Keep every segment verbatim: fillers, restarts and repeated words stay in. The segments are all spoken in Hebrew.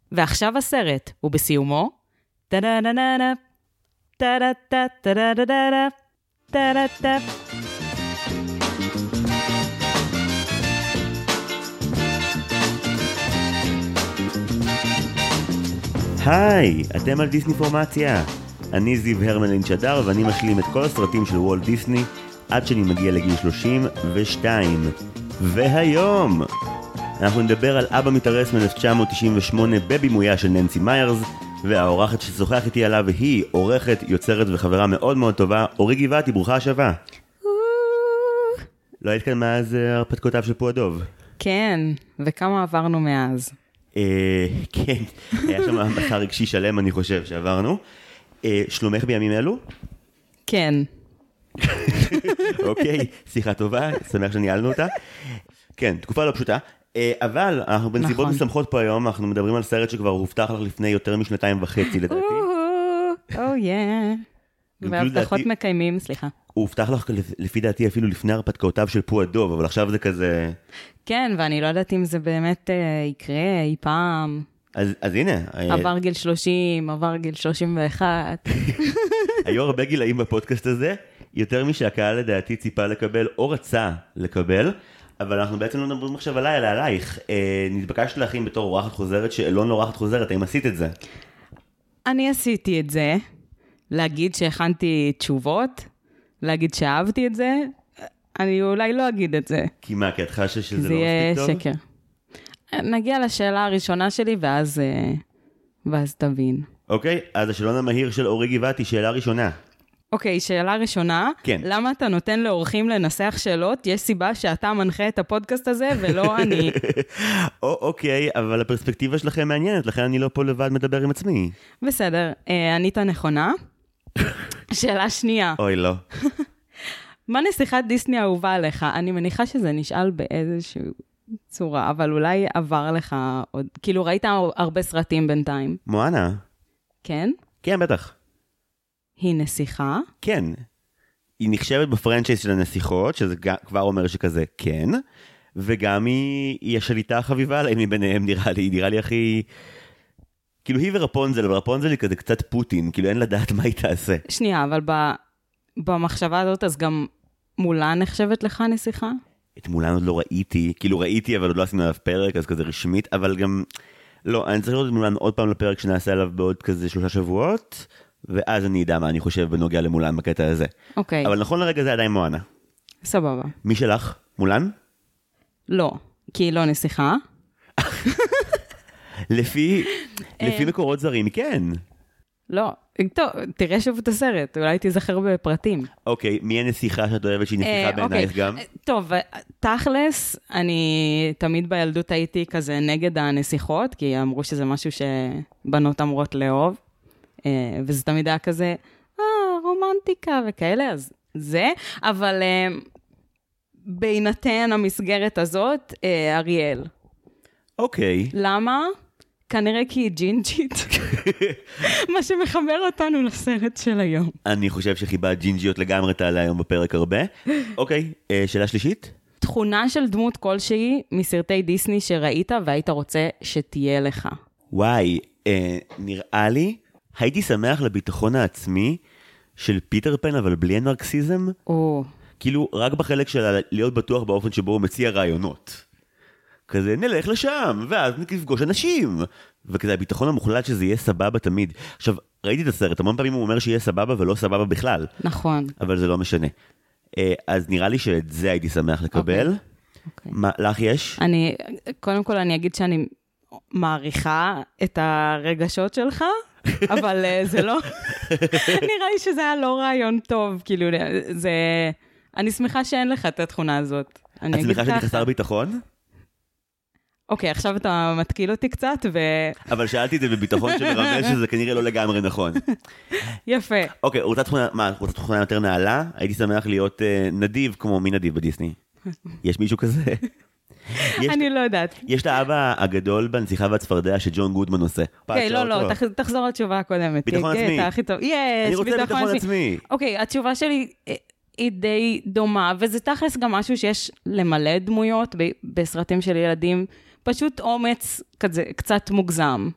ועכשיו הסרט, ובסיומו, טה-דה-דה-דה-דה, טה-דה-דה-דה-דה-דה-דה, טה-דה-דה. היי, אתם על דיסני פורמציה. אני זיו הרמלין שדר ואני משלים את כל הסרטים של וולט דיסני עד שאני מגיע לגיל שלושים ושתיים. והיום אנחנו נדבר על אבא מתארס מ-אלף תשע מאות תשעים ושמונה בבימויה של ננסי מיירס, והאורחת ששוחח איתי עליו היא עורכת, יוצרת וחברה מאוד מאוד טובה, אורי גבעתי, ברוכה השבה. לא היית כאן מאז הרפתקאותיו של פועדוב? כן, וכמה עברנו מאז? אה, כן, היה שם מסע רגשי שלם אני חושב שעברנו. אה, שלומך בימים אלו? כן. אוקיי, שיחה טובה, שמח שניהלנו אותה. כן, תקופה לא פשוטה. אבל אנחנו בנסיבות משמחות פה היום, אנחנו מדברים על סרט שכבר הובטח לך לפני יותר משנתיים וחצי לדעתי. או יא. והבטחות מקיימים, סליחה. הוא הובטח לך לפי דעתי אפילו לפני הרפתקאותיו של פועדוב, אבל עכשיו זה כזה... כן, ואני לא יודעת אם זה באמת יקרה אי פעם. אז, אז הנה. עבר גיל שלושים, עבר גיל שלושים ואחת. היו הרבה גילאים בפודקאסט הזה, יותר משהקהל לדעתי ציפה לקבל או רצה לקבל, אבל אנחנו בעצם לא מדברים עכשיו עליי, אלא עלייך. אה, נתבקשת להכין בתור אורחת חוזרת, שאלון לא אורחת חוזרת, האם עשית את זה? אני עשיתי את זה, להגיד שהכנתי תשובות, להגיד שאהבתי את זה, אני אולי לא אגיד את זה. כי מה, כי את חשה שזה לא מספיק טוב? זה יהיה שקר. נגיע לשאלה הראשונה שלי, ואז, ואז תבין. אוקיי, אז השאלון המהיר של אורי גבעתי, שאלה ראשונה. אוקיי, שאלה ראשונה. כן. למה אתה נותן לאורחים לנסח שאלות? יש סיבה שאתה מנחה את הפודקאסט הזה ולא אני. או, אוקיי, אבל הפרספקטיבה שלכם מעניינת, לכן אני לא פה לבד מדבר עם עצמי. בסדר, ענית נכונה. שאלה שנייה. אוי, לא. מה נסיכת דיסני אהובה עליך? אני מניחה שזה נשאל באיזושהי צורה, אבל אולי עבר לך עוד... כאילו, ראית הרבה סרטים בינתיים. מואנה. כן? כן, בטח. היא נסיכה? כן. היא נחשבת בפרנצ'ייז של הנסיכות, שזה כבר אומר שכזה כן, וגם היא, היא השליטה החביבה עליהם מביניהם, נראה לי, נראה לי הכי... כאילו היא ורפונזל, אבל רפונזל היא כזה קצת פוטין, כאילו אין לדעת מה היא תעשה. שנייה, אבל ב... במחשבה הזאת, אז גם מולן נחשבת לך נסיכה? את מולן עוד לא ראיתי, כאילו ראיתי, אבל עוד לא עשינו עליו פרק, אז כזה רשמית, אבל גם... לא, אני צריך לראות את מולן עוד פעם לפרק שנעשה עליו בעוד כזה שלושה שבועות, ואז אני אדע מה אני חושב בנוגע למולן בקטע הזה. אוקיי. אבל נכון לרגע זה עדיין מואנה. סבבה. מי שלך? מולן? לא, כי היא לא נסיכה. לפי, לפי מקורות זרים, כן. לא, טוב, תראה שוב את הסרט, אולי תזכר בפרטים. אוקיי, מי הנסיכה שאת אוהבת שהיא נסיכה בעינייך גם? טוב, תכלס, אני תמיד בילדות הייתי כזה נגד הנסיכות, כי אמרו שזה משהו שבנות אמורות לאהוב, וזה תמיד היה כזה, אה, רומנטיקה וכאלה, אז זה, אבל בהינתן המסגרת הזאת, אריאל. אוקיי. למה? כנראה כי היא ג'ינג'ית. מה שמחבר אותנו לסרט של היום. אני חושב שחיבה ג'ינג'יות לגמרי תעלה היום בפרק הרבה. אוקיי, שאלה שלישית? תכונה של דמות כלשהי מסרטי דיסני שראית והיית רוצה שתהיה לך. וואי, אה, נראה לי, הייתי שמח לביטחון העצמי של פיטר פן, אבל בלי הנרקסיזם. או. כאילו, רק בחלק של להיות בטוח באופן שבו הוא מציע רעיונות. כזה נלך לשם, ואז נפגוש אנשים. וכזה הביטחון המוחלט שזה יהיה סבבה תמיד. עכשיו, ראיתי את הסרט, המון פעמים הוא אומר שיהיה סבבה ולא סבבה בכלל. נכון. אבל זה לא משנה. אז נראה לי שאת זה הייתי שמח לקבל. אוקיי. מה, לך יש? אני, קודם כל אני אגיד שאני מעריכה את הרגשות שלך, אבל זה לא, נראה לי שזה היה לא רעיון טוב, כאילו, זה, אני שמחה שאין לך את התכונה הזאת. את שמחה שאני חסר ביטחון? אוקיי, עכשיו אתה מתקיל אותי קצת, ו... אבל שאלתי את זה בביטחון שמרמז שזה כנראה לא לגמרי נכון. יפה. אוקיי, רוצה תכונה, מה, רוצה תכונה יותר נעלה? הייתי שמח להיות uh, נדיב כמו מי נדיב בדיסני. יש מישהו כזה? אני לא יודעת. יש את האבא הגדול בנסיכה והצפרדע שג'ון גודמן עושה. אוקיי, לא, לא, תחזור לתשובה הקודמת. ביטחון עצמי. אני רוצה ביטחון עצמי. אוקיי, התשובה שלי היא די דומה, וזה תכלס גם משהו שיש למלא דמויות בסרטים של ילדים, פשוט אומץ קצת מוגזם.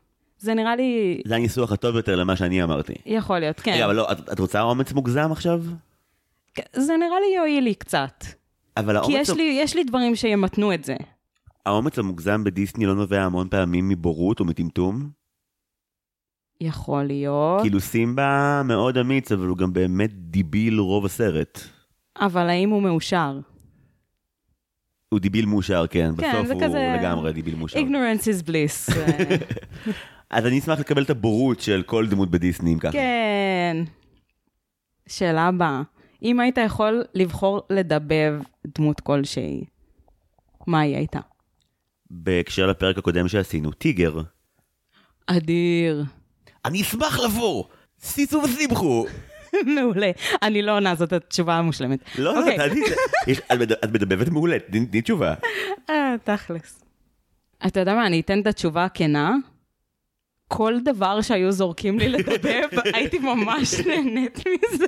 זה נראה לי... זה הניסוח הטוב יותר למה שאני אמרתי. יכול להיות, כן. רגע, אבל לא, את, את רוצה אומץ מוגזם עכשיו? זה נראה לי יועיל לי קצת. אבל כי האומץ... יש לי, יש לי דברים שימתנו את זה. האומץ המוגזם בדיסני לא נובע המון פעמים מבורות או מטמטום? יכול להיות. כאילו סימבה מאוד אמיץ, אבל הוא גם באמת דיביל רוב הסרט. אבל האם הוא מאושר? הוא דיביל מאושר, כן. כן, בסוף זה הוא כזה... לגמרי דיביל מאושר. Ignorance is bliss. אז אני אשמח לקבל את הבורות של כל דמות בדיסני, אם ככה. כן. שאלה הבאה. אם היית יכול לבחור לדבב דמות כלשהי, מה היא הייתה? בהקשר לפרק הקודם שעשינו, טיגר. אדיר. אני אשמח לבוא! סיסו וסיבכו! מעולה. אני לא עונה, זאת התשובה המושלמת. לא, לא, תעדי, את מדבבת מעולה, תני תשובה. אה, תכלס. אתה יודע מה, אני אתן את התשובה הכנה. כל דבר שהיו זורקים לי לדבב, הייתי ממש נהנית מזה.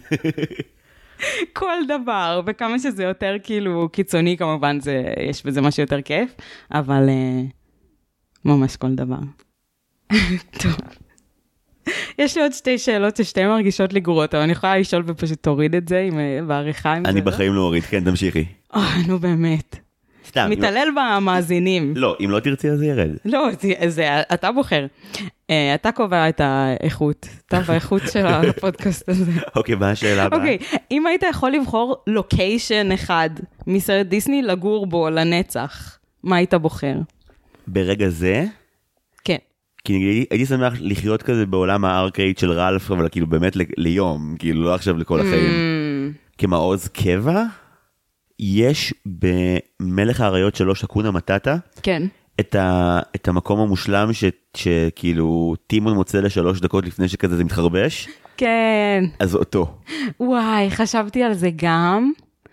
כל דבר, וכמה שזה יותר כאילו קיצוני, כמובן זה, יש בזה משהו יותר כיף, אבל uh, ממש כל דבר. טוב. יש לי עוד שתי שאלות ששתי מרגישות לי גרועות, אבל אני יכולה לשאול ופשוט תוריד את זה עם, בעריכה. עם אני זה, בחיים לא אוריד, כן, תמשיכי. לא? Oh, נו באמת. סתם. מתעלל במאזינים. לא, אם לא תרצי אז זה ירד. לא, זה, זה, אתה בוחר. Uh, אתה קובע את האיכות, אתה באיכות של הפודקאסט הזה. אוקיי, מה השאלה הבאה? אוקיי, אם היית יכול לבחור לוקיישן אחד מסרט דיסני לגור בו לנצח, מה היית בוחר? ברגע זה? כן. כי נגיד, הייתי שמח לחיות כזה בעולם הארקייד של רלף, אבל כאילו באמת ל- ליום, כאילו לא עכשיו לכל החיים. Mm. כמעוז קבע, יש במלך האריות שלוש אקונה מטאטה, כן. את, ה, את המקום המושלם ש, שכאילו טימון מוצא לשלוש דקות לפני שכזה זה מתחרבש. כן. אז אותו. וואי, חשבתי על זה גם.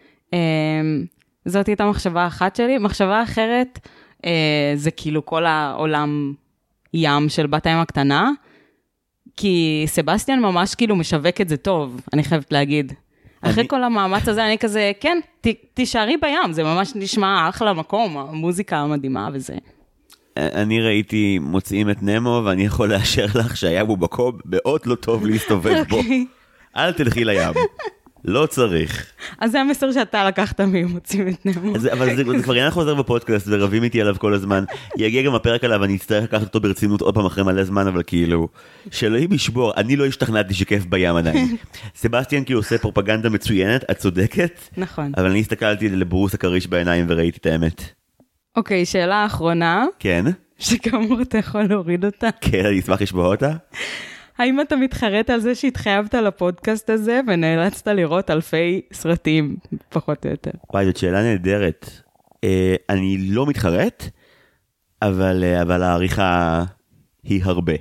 זאת הייתה מחשבה אחת שלי. מחשבה אחרת, זה כאילו כל העולם ים של בת הים הקטנה, כי סבסטיאן ממש כאילו משווק את זה טוב, אני חייבת להגיד. אחרי אני... כל המאמץ הזה, אני כזה, כן, ת, תישארי בים, זה ממש נשמע אחלה מקום, המוזיקה המדהימה וזה. אני ראיתי מוצאים את נמו, ואני יכול לאשר לך שהיה בו מקום מאוד לא טוב להסתובב בו. אל תלכי לים. לא צריך. אז זה המסר שאתה לקחת ממוצאים את נמו. אז, אבל זה, זה כבר עניין חוזר בפודקאסט, ורבים איתי עליו כל הזמן. יגיע גם הפרק עליו, ואני אצטרך לקחת אותו ברצינות עוד פעם אחרי מלא זמן, אבל כאילו, שאלוהים ישבור, אני לא השתכנעתי שכיף בים עדיין. סבסטיאן כאילו עושה פרופגנדה מצוינת, את צודקת. נכון. אבל אני הסתכלתי לברוס הקריש בעיניים וראיתי את האמת. אוקיי, שאלה האחרונה. כן? שכאמור אתה יכול להוריד אותה. כן, אני אשמח לשמוע אותה. האם אתה מתחרט על זה שהתחייבת לפודקאסט הזה, ונאלצת לראות אלפי סרטים, פחות או יותר? וואי, זאת שאלה נהדרת. אה, אני לא מתחרט, אבל, אבל העריכה היא הרבה.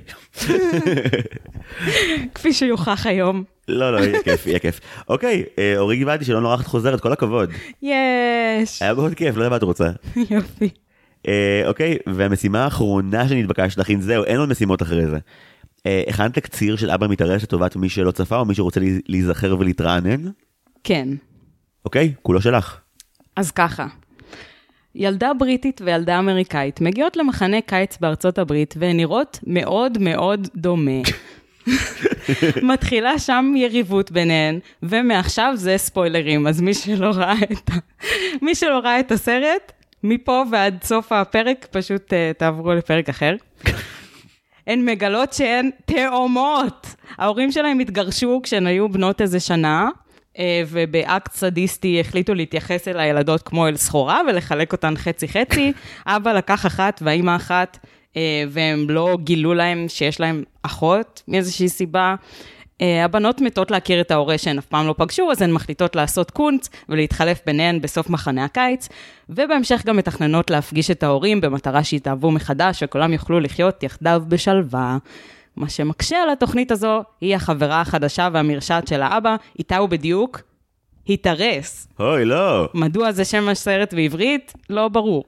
כפי שיוכח היום. לא, לא, יהיה כיף, יהיה כיף. אוקיי, אה, אורי גבעתי שלא נורא את חוזרת, כל הכבוד. יש. היה מאוד כיף, לא יודע מה את רוצה. יופי. אה, אוקיי, והמשימה האחרונה שנתבקשת להכין, זהו, אין עוד משימות אחרי זה. הכנת תקציר של אבא מתארש לטובת מי שלא צפה, או מי שרוצה להיזכר ולהתרענן? כן. אוקיי, כולו שלך. אז ככה. ילדה בריטית וילדה אמריקאית מגיעות למחנה קיץ בארצות הברית, והן נראות מאוד מאוד דומה. מתחילה שם יריבות ביניהן, ומעכשיו זה ספוילרים, אז מי שלא ראה את, ה... מי שלא ראה את הסרט, מפה ועד סוף הפרק, פשוט uh, תעברו לפרק אחר. הן מגלות שהן תאומות. ההורים שלהם התגרשו כשהן היו בנות איזה שנה, ובאקט סדיסטי החליטו להתייחס אל הילדות כמו אל סחורה, ולחלק אותן חצי חצי. אבא לקח אחת והאימא אחת, והם לא גילו להם שיש להם אחות מאיזושהי סיבה. הבנות מתות להכיר את ההורה שהן אף פעם לא פגשו, אז הן מחליטות לעשות קונץ ולהתחלף ביניהן בסוף מחנה הקיץ, ובהמשך גם מתכננות להפגיש את ההורים במטרה שיתאהבו מחדש וכולם יוכלו לחיות יחדיו בשלווה. מה שמקשה על התוכנית הזו היא החברה החדשה והמרשעת של האבא, איתה הוא בדיוק התארס. אוי, לא. מדוע זה שם הסרט בעברית? לא ברור.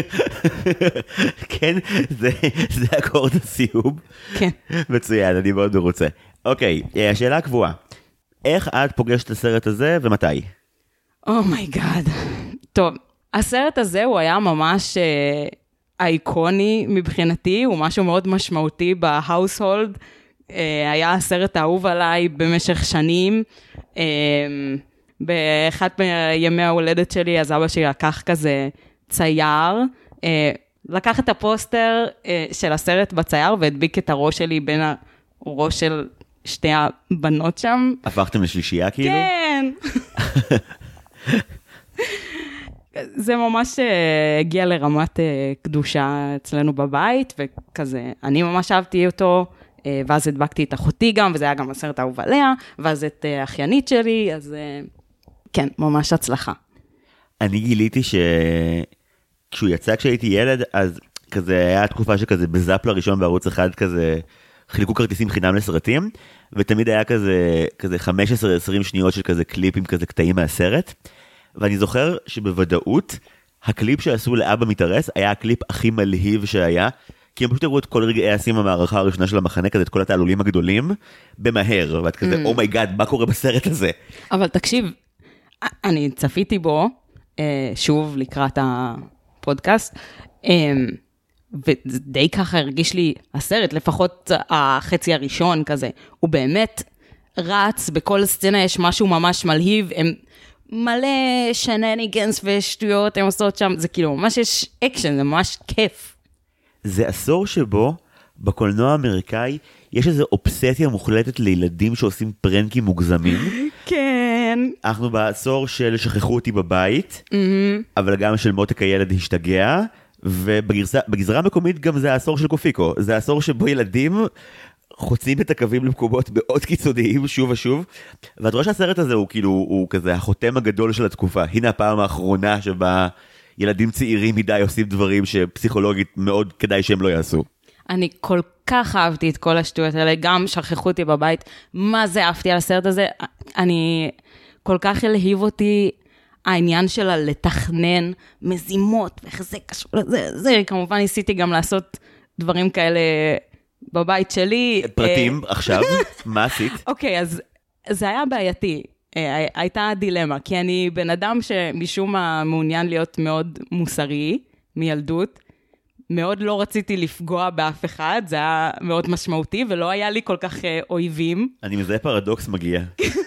כן, זה, זה אקורד הסיום. כן. מצוין, אני מאוד מרוצה. אוקיי, השאלה הקבועה. איך את פוגשת את הסרט הזה ומתי? אומייגאד. טוב, הסרט הזה הוא היה ממש uh, אייקוני מבחינתי, הוא משהו מאוד משמעותי בהאוסהולד, היה הסרט האהוב עליי במשך שנים, באחד מימי ההולדת שלי, אז אבא שלי לקח כזה צייר, לקח את הפוסטר של הסרט בצייר, והדביק את הראש שלי בין הראש של שתי הבנות שם. הפכתם לשלישייה כאילו? כן. זה ממש הגיע לרמת קדושה אצלנו בבית, וכזה, אני ממש אהבתי אותו, ואז הדבקתי את אחותי גם, וזה היה גם הסרט האהוב עליה, ואז את אחיינית שלי, אז כן, ממש הצלחה. אני גיליתי שכשהוא יצא כשהייתי ילד, אז כזה היה תקופה שכזה בזאפ לראשון בערוץ אחד כזה, חילקו כרטיסים חינם לסרטים, ותמיד היה כזה, כזה חמש עשרה עשרים שניות של כזה קליפים, כזה קטעים מהסרט, ואני זוכר שבוודאות, הקליפ שעשו לאבא מתארס, היה הקליפ הכי מלהיב שהיה, כי הם פשוט הראו את כל רגעי העשים המערכה הראשונה של המחנה, כזה את כל התעלולים הגדולים, במהר, ואת כזה, אומייגאד, מה קורה בסרט הזה? אבל תקשיב, אני צפיתי בו, שוב לקראת הפודקאסט, ודי ככה הרגיש לי הסרט, לפחות החצי הראשון כזה, הוא באמת רץ, בכל סצנה יש משהו ממש מלהיב, הם מלא שנניגנס ושטויות הם עושות שם, זה כאילו ממש יש אקשן, זה ממש כיף. זה עשור שבו בקולנוע האמריקאי יש איזו אובססיה מוחלטת לילדים שעושים פרנקים מוגזמים. כן. אנחנו בעשור של שכחו אותי בבית, אבל גם של מותק הילד השתגע, ובגזרה המקומית גם זה העשור של קופיקו, זה העשור שבו ילדים חוצים את הקווים למקומות מאוד קיצוניים שוב ושוב, ואת רואה שהסרט הזה הוא כאילו, הוא כזה החותם הגדול של התקופה, הנה הפעם האחרונה שבה ילדים צעירים מדי עושים דברים שפסיכולוגית מאוד כדאי שהם לא יעשו. אני כל כך אהבתי את כל השטויות האלה, גם שכחו אותי בבית, מה זה אהבתי על הסרט הזה, אני כל כך הלהיב אותי העניין שלה לתכנן מזימות, ואיך זה קשור לזה, זה כמובן ניסיתי גם לעשות דברים כאלה בבית שלי. פרטים עכשיו, מה עשית? אוקיי, אז זה היה בעייתי, הייתה דילמה, כי אני בן אדם שמשום מה מעוניין להיות מאוד מוסרי, מילדות, מאוד לא רציתי לפגוע באף אחד, זה היה מאוד משמעותי, ולא היה לי כל כך אויבים. אני מזהה פרדוקס מגיע.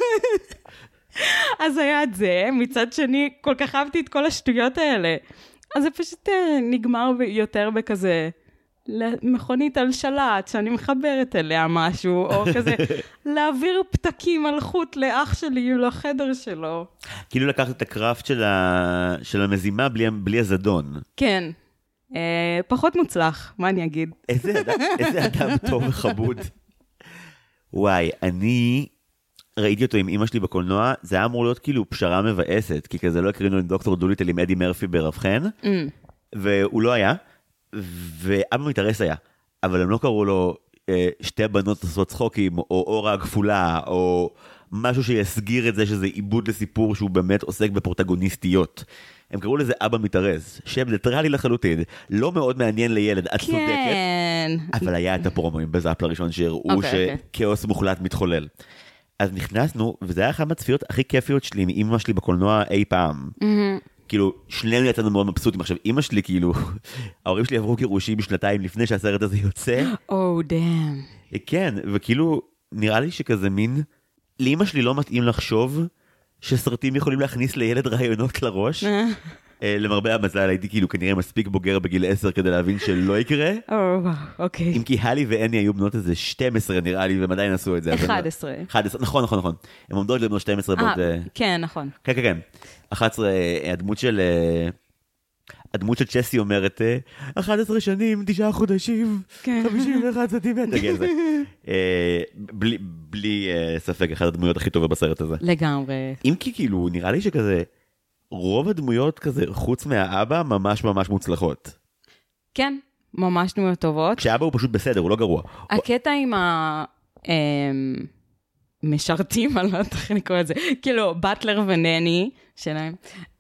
אז היה את זה, מצד שני, כל כך אהבתי את כל השטויות האלה. אז זה פשוט נגמר יותר בכזה, למכונית על שלט, שאני מחברת אליה משהו, או כזה, להעביר פתקים על חוט לאח שלי, לחדר שלו. כאילו לקחת את הקראפט של, ה... של המזימה בלי, בלי הזדון. כן. אה, פחות מוצלח, מה אני אגיד? איזה אדם, איזה אדם טוב וחבוד. וואי, אני ראיתי אותו עם אמא שלי בקולנוע, זה היה אמור להיות כאילו פשרה מבאסת, כי כזה לא הקרינו עם דוקטור דוליטל עם אדי מרפי ברבחן, mm. והוא לא היה, ואבא מתארס היה, אבל הם לא קראו לו אה, שתי בנות עושות צחוקים, או אורה הכפולה, או משהו שיסגיר את זה שזה עיבוד לסיפור שהוא באמת עוסק בפרוטגוניסטיות. הם קראו לזה אבא מתארס, שם ניטרלי לחלוטין, לא מאוד מעניין לילד, את צודקת, כן. אבל היה את הפרומואים בזאפ לראשון שהראו okay, שכאוס okay. מוחלט מתחולל. אז נכנסנו, וזה היה אחת מהצפיות הכי כיפיות שלי מאמא שלי בקולנוע אי פעם. Mm-hmm. כאילו, שנינו יצאנו מאוד מבסוטים. עכשיו, אמא שלי, כאילו, ההורים שלי עברו גירושים בשנתיים לפני שהסרט הזה יוצא. Oh, damn. כן, וכאילו, נראה לי שכזה מין, לאמא שלי לא מתאים לחשוב שסרטים יכולים להכניס לילד רעיונות לראש. למרבה המזל, הייתי כאילו כנראה מספיק בוגר בגיל עשר כדי להבין שלא יקרה. אוקיי. אם כי הלי ואני היו בנות איזה שתים עשרה נראה לי, והם עדיין עשו את זה. אחת עשרה. נכון, נכון, נכון. הם עומדות לבנות שתים עשרה בעוד... כן, נכון. כן, כן, כן. אחת עשרה, הדמות של... הדמות של צ'סי אומרת, אחת עשרה שנים, תשעה חודשים, חמישים ואחת סנטימטר. בלי ספק, אחת הדמויות הכי טובה בסרט הזה. לגמרי. אם כי כאילו, נראה לי שכזה... רוב הדמויות כזה, חוץ מהאבא, ממש ממש מוצלחות. כן, ממש דמויות טובות. כשאבא הוא פשוט בסדר, הוא לא גרוע. הקטע עם המשרתים, אני לא יודעת איך אני קורא את זה, כאילו, באטלר ונני שלהם,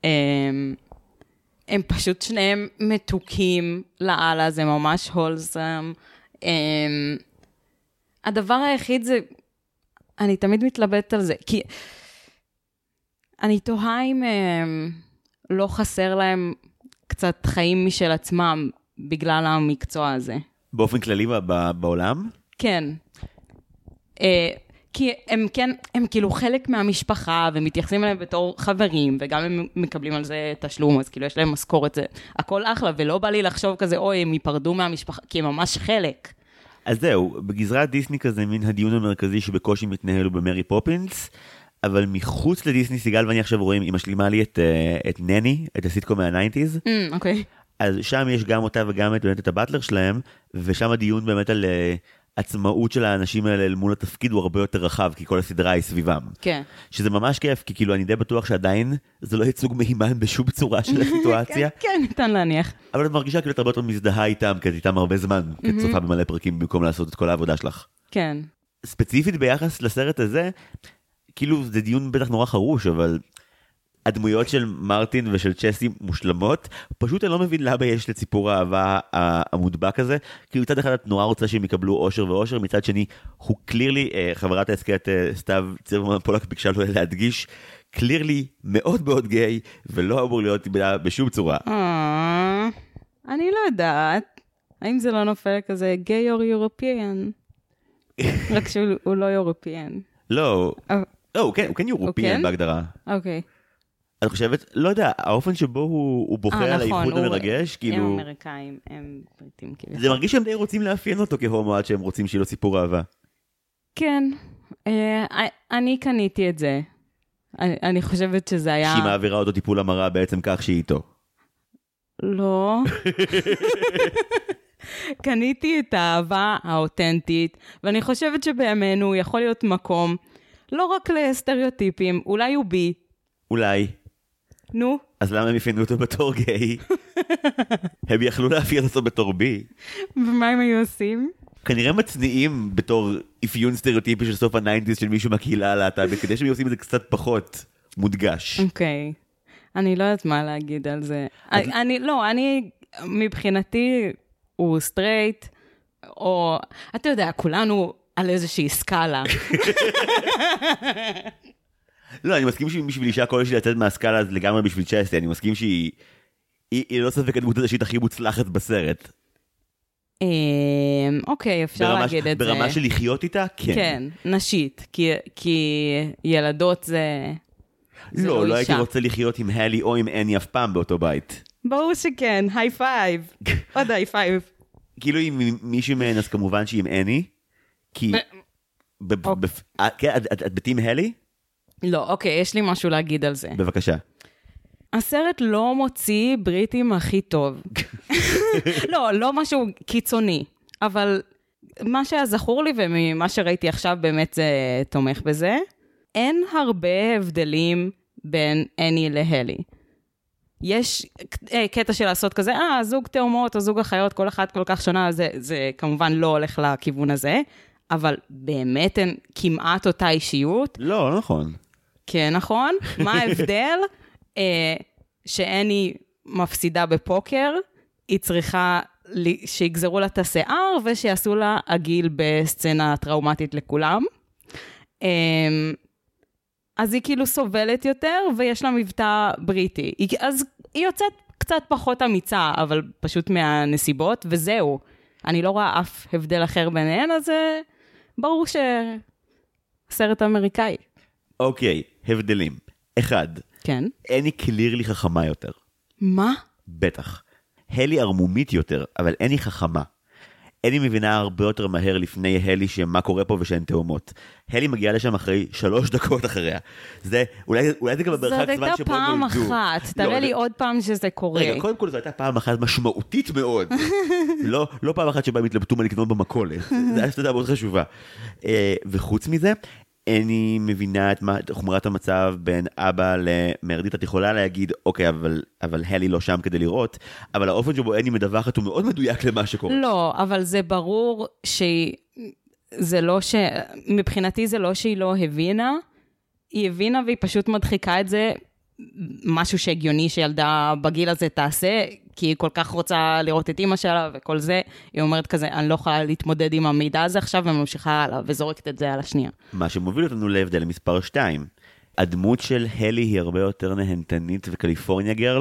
הם פשוט שניהם מתוקים לעלה, זה ממש הולסם. הדבר היחיד זה, אני תמיד מתלבטת על זה, כי... אני תוהה אם לא חסר להם קצת חיים משל עצמם בגלל המקצוע הזה. באופן כללי בעולם? כן. כי הם כן, הם כאילו חלק מהמשפחה, ומתייחסים אליהם בתור חברים, וגם הם מקבלים על זה תשלום, אז כאילו יש להם משכורת, זה הכל אחלה, ולא בא לי לחשוב כזה, אוי, הם ייפרדו מהמשפחה, כי הם ממש חלק. אז זהו, בגזרת דיסני כזה, מין הדיון המרכזי שבקושי מתנהל הוא במרי פופינס, אבל מחוץ לדיסני, סיגל ואני עכשיו רואים, היא משלימה לי את, את נני, את הסיטקום מה-תשעים. Mm, אוקיי. אז שם יש גם אותה וגם את, את הבטלר שלהם, ושם הדיון באמת על עצמאות של האנשים האלה מול התפקיד הוא הרבה יותר רחב, כי כל הסדרה היא סביבם. כן. שזה ממש כיף, כי כאילו אני די בטוח שעדיין זה לא ייצוג מהימן בשום צורה של הסיטואציה. כן, כן, ניתן להניח. אבל את מרגישה כאילו את הרבה יותר מזדהה איתם, כי את איתם הרבה זמן, כצופה במלא פרקים במקום לעשות את כל העבודה שלך. כן. ספציפית ביחס לסרט הזה, כאילו זה דיון בטח נורא חרוש, אבל הדמויות של מרטין ושל צ'סי מושלמות, פשוט אני לא מבין למה יש לציפור האהבה המודבק הזה, כי מצד אחד את נורא רוצה שהם יקבלו אושר ואושר, מצד שני הוא קלירלי, חברת העסקת סתיו צירמן פולק ביקשה לו להדגיש, קלירלי מאוד מאוד גיי, ולא אמור להיות בשום צורה. אני לא יודעת, האם זה לא נופל כזה גיי או יורופיאן? רק שהוא לא יורופיאן. לא, לא, הוא כן יורופיאן בהגדרה. אוקיי. את חושבת, לא יודע, האופן שבו הוא, הוא בוחר על האיחוד המרגש, כאילו... הם אמריקאים, הם בריטים כאילו. זה מרגיש שהם די רוצים לאפיין אותו כהומו עד שהם רוצים שיהיה לו סיפור אהבה. כן, אני קניתי את זה. אני חושבת שזה היה... שהיא מעבירה אותו טיפול המרה בעצם כך שהיא איתו. לא. קניתי את האהבה האותנטית, ואני חושבת שבימינו יכול להיות מקום, לא רק לסטריאוטיפים, אולי הוא בי. אולי. נו. אז למה הם יפיינו אותו בתור גיי? הם יכלו להפיין אותו בתור בי. ומה הם היו עושים? כנראה מצניעים בתור אפיון סטריאוטיפי של סוף ה-תשעים של מישהו מהקהילה הלהט"בית, כדי שהם עושים את זה קצת פחות מודגש. אוקיי. אני לא יודעת מה להגיד על זה. אני, לא, אני, מבחינתי, הוא סטרייט, או, אתה יודע, כולנו על איזושהי סקאלה. לא, אני מסכים שבשביל אישה כל שהיא לצאת מהסקאלה, אז לגמרי בשביל צ'סטי, אני מסכים שהיא, היא, היא לא ספק הדמות הדשית הכי מוצלחת בסרט. אוקיי, אפשר להגיד את זה. ברמה של לחיות איתה, כן. כן, נשית, כי, כי ילדות זה... לא, לא הייתי רוצה לחיות עם הלי או עם אני אף פעם באותו בית. ברור שכן, היי פייב. עוד היי פייב. כאילו עם מישהו מהן, אז כמובן שהיא עם אני, כי... את בתים הלי? לא, אוקיי, יש לי משהו להגיד על זה. בבקשה. הסרט לא מוציא בריטים הכי טוב. לא, לא משהו קיצוני, אבל מה שהיה זכור לי וממה שראיתי עכשיו באמת זה תומך בזה, אין הרבה הבדלים בין אני להלי. יש קטע של לעשות כזה, אה, זוג תאומות או זוג אחיות, כל אחת כל כך שונה, זה, זה כמובן לא הולך לכיוון הזה, אבל באמת אין כמעט אותה אישיות. לא, לא נכון. כן, נכון. מה ההבדל? אה, שאני מפסידה בפוקר, היא צריכה שיגזרו לה את השיער, ושיעשו לה עגיל בסצנה טראומטית לכולם. אה, אז היא כאילו סובלת יותר, ויש לה מבטא בריטי. היא, אז היא יוצאת קצת פחות אמיצה, אבל פשוט מהנסיבות, וזהו. אני לא רואה אף הבדל אחר ביניהן, אז ברור שסרט אמריקאי. אוקיי, הבדלים. אחד. כן. אני קלירלי חכמה יותר. מה? בטח. הלי ערמומית יותר, אבל אני חכמה. אני מבינה הרבה יותר מהר לפני הלי שמה קורה פה ושהן תאומות. הלי מגיעה לשם אחרי שלוש דקות אחריה. זה, אולי, אולי זה גם במרחק זמן שבו הם נולדו. זאת הייתה פעם אחת. תראה לי עוד פעם שזה קורה. רגע, קודם כל זו הייתה פעם אחת משמעותית מאוד. לא, לא פעם אחת שבה הם התלבטו מה לקנות במכולת. זה היה שתדע מאוד חשובה. וחוץ מזה, אני מבינה את, מה, את חומרת המצב בין אבא למרדית. את יכולה להגיד, אוקיי, אבל, אבל הלי לא שם כדי לראות, אבל האופן שבו אני מדווחת הוא מאוד מדויק למה שקורה. לא, אבל זה ברור שהיא, זה לא ש... מבחינתי זה לא שהיא לא הבינה, היא הבינה והיא פשוט מדחיקה את זה, משהו שהגיוני שילדה בגיל הזה תעשה, כי היא כל כך רוצה לראות את אמא שלה וכל זה, היא אומרת כזה, אני לא יכולה להתמודד עם המידע הזה עכשיו, וממשיכה הלאה, וזורקת את זה על השנייה. מה שמוביל אותנו להבדל למספר שתיים. הדמות של הלי היא הרבה יותר נהנתנית וקליפורניה גרל,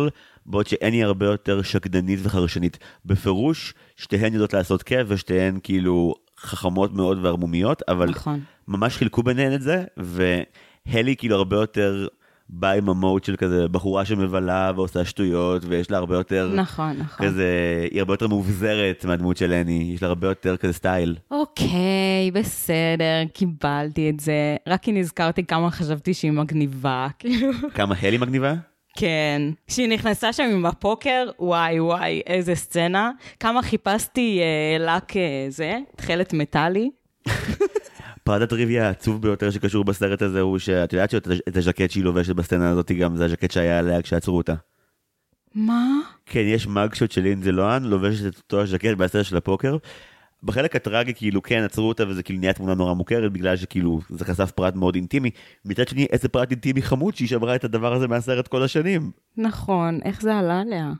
בעוד שאין היא הרבה יותר שקדנית וחרשנית. בפירוש, שתיהן יודעות לעשות כיף, ושתיהן כאילו חכמות מאוד והרמומיות, אבל נכון. ממש חילקו ביניהן את זה, והלי כאילו הרבה יותר באה עם המוד של כזה בחורה שמבלה ועושה שטויות, ויש לה הרבה יותר... נכון, נכון. כזה, היא הרבה יותר מאובזרת מהדמות של אני, יש לה הרבה יותר כזה סטייל. אוקיי, בסדר, קיבלתי את זה. רק כי נזכרתי כמה חשבתי שהיא מגניבה, כאילו. כמה הלי מגניבה? כן. כשהיא נכנסה שם עם הפוקר, וואי וואי, איזה סצנה. כמה חיפשתי אה, לק אה, זה, תחלת מטלי. פרט הטריוויה העצוב ביותר שקשור בסרט הזה הוא שאת יודעת שאת הז'קט שהיא לובשת בסצנה הזאת גם זה הז'קט שהיה עליה כשעצרו אותה. מה? כן, יש מגשוט של לינדזי לוהן, לובשת את אותו הז'קט בסצנה של הפוקר. בחלק הטרגי כאילו כן עצרו אותה וזה כאילו נהיה תמונה נורא מוכרת בגלל שכאילו זה חשף פרט מאוד אינטימי. מצד שני איזה פרט אינטימי חמוד שהיא שברה את הדבר הזה מהסרט כל השנים. נכון, איך זה עלה עליה?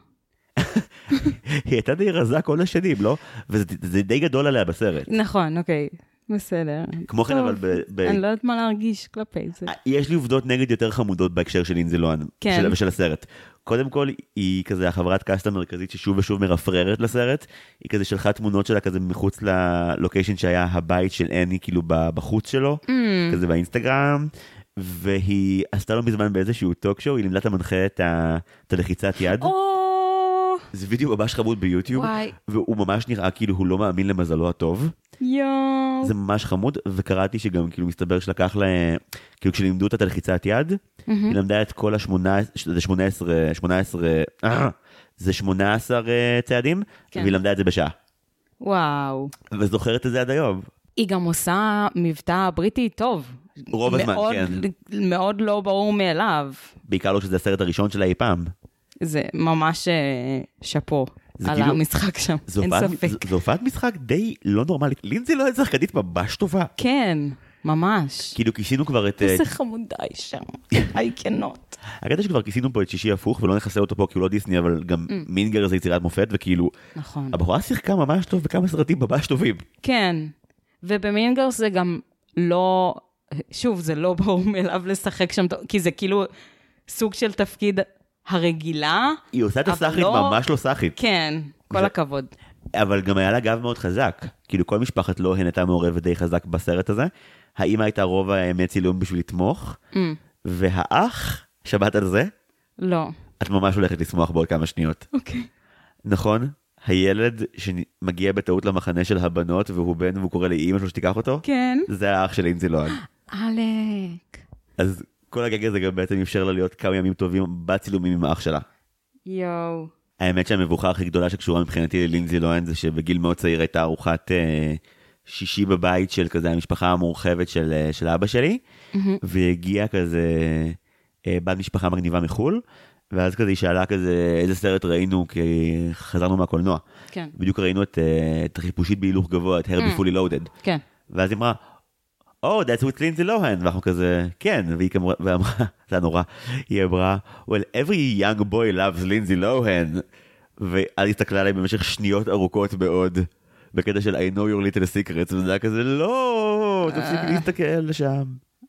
היא הייתה די רזה כל השנים, לא? וזה די גדול עליה בסרט. נכון, אוקיי. בסדר. כמו כן, אבל ב... ב... אני לא יודעת מה להרגיש כלפי זה. יש לי עובדות נגד יותר חמודות בהקשר של לינדזי לוהן. כן. ושל הסרט. קודם כל, היא כזה החברת קאסט המרכזית ששוב ושוב מרפררת לסרט. היא כזה שלחה תמונות שלה כזה מחוץ ללוקיישן שהיה הבית של אני, כאילו בחוץ שלו. Mm. כזה באינסטגרם. והיא עשתה לו מזמן באיזשהו טוק שואו, היא לימדה את המנחה את הלחיצת יד. זה וידאו ממש חמוד ביוטיוב, והוא ממש נראה כאילו הוא לא מאמין למזלו הטוב. יואו. זה ממש חמוד, וקראתי שגם כאילו מסתבר שלקח לה, כאילו כשלימדו אותה את הלחיצת יד, היא למדה את כל השמונה, זה שמונה עשרה, שמונה עשרה, זה שמונה עשר צעדים, והיא למדה את זה בשעה. וואו. וזוכרת את זה עד היום. היא גם עושה מבטא בריטי טוב. רוב הזמן, כן. מאוד לא ברור מאליו. בעיקר לא שזה הסרט הראשון שלה אי פעם. זה ממש שפו על כאילו, המשחק שם, אין ספק. זו הופעת משחק די לא נורמלית. לינדזי לוהן שחקנית ממש טובה. כן, ממש. כאילו כיסינו כבר את... איזה חמודה היא שם, אייקנות. הקטע שכבר כיסינו פה את שישי הפוך, ולא נכסה אותו פה כי הוא לא דיסני, אבל גם מינגר זה יצירת מופת, וכאילו... נכון. הבחורה שיחקה ממש טוב בכמה סרטים ממש טובים. כן, ובמינגר זה גם לא... שוב, זה לא ברור מאליו לשחק שם, כי זה כאילו סוג של תפקיד... הרגילה. היא עושה את הסאחית לא... ממש לא סאחית. כן, כל זה... הכבוד. אבל גם היה לה גב מאוד חזק. כאילו כל משפחת לוהן הייתה מעורבת די חזק בסרט הזה. האמא הייתה רוב הימי צילום בשביל לתמוך. Mm. והאח, שמעת על זה? לא. את ממש הולכת לשמוח בעוד כמה שניות. אוקיי. נכון? הילד שמגיע בטעות למחנה של הבנות, והוא בן והוא קורא לאמא שלו שתיקח אותו? כן. זה האח של לינדזי לוהן. אלק. אז... כל הגג הזה גם בעצם אפשר לה להיות כמה ימים טובים בצילומים עם האח שלה. יואו. האמת שהמבוכה הכי גדולה שקשורה מבחינתי ללינדזי לוהן זה שבגיל מאוד צעיר הייתה ארוחת אה, שישי בבית של כזה המשפחה המורחבת של, אה, של אבא שלי, mm-hmm. והגיעה כזה אה, בת משפחה מגניבה מחול, ואז כזה היא שאלה כזה איזה סרט ראינו כי חזרנו מהקולנוע. כן. בדיוק ראינו את, אה, את החיפושית בהילוך גבוה, את הרבי פולי לודד. כן. ואז היא אמרה, Oh, that's with לינדזי לוהן, ואנחנו כזה, כן, והיא אמרה, ואמרה, זה היה נורא, היא אמרה, well, every young boy loves לינדזי לוהן, ואז הסתכלה עליי במשך שניות ארוכות מאוד, בקטע של I know your little secrets, וזה היה כזה, לא, תפסיק להסתכל לשם.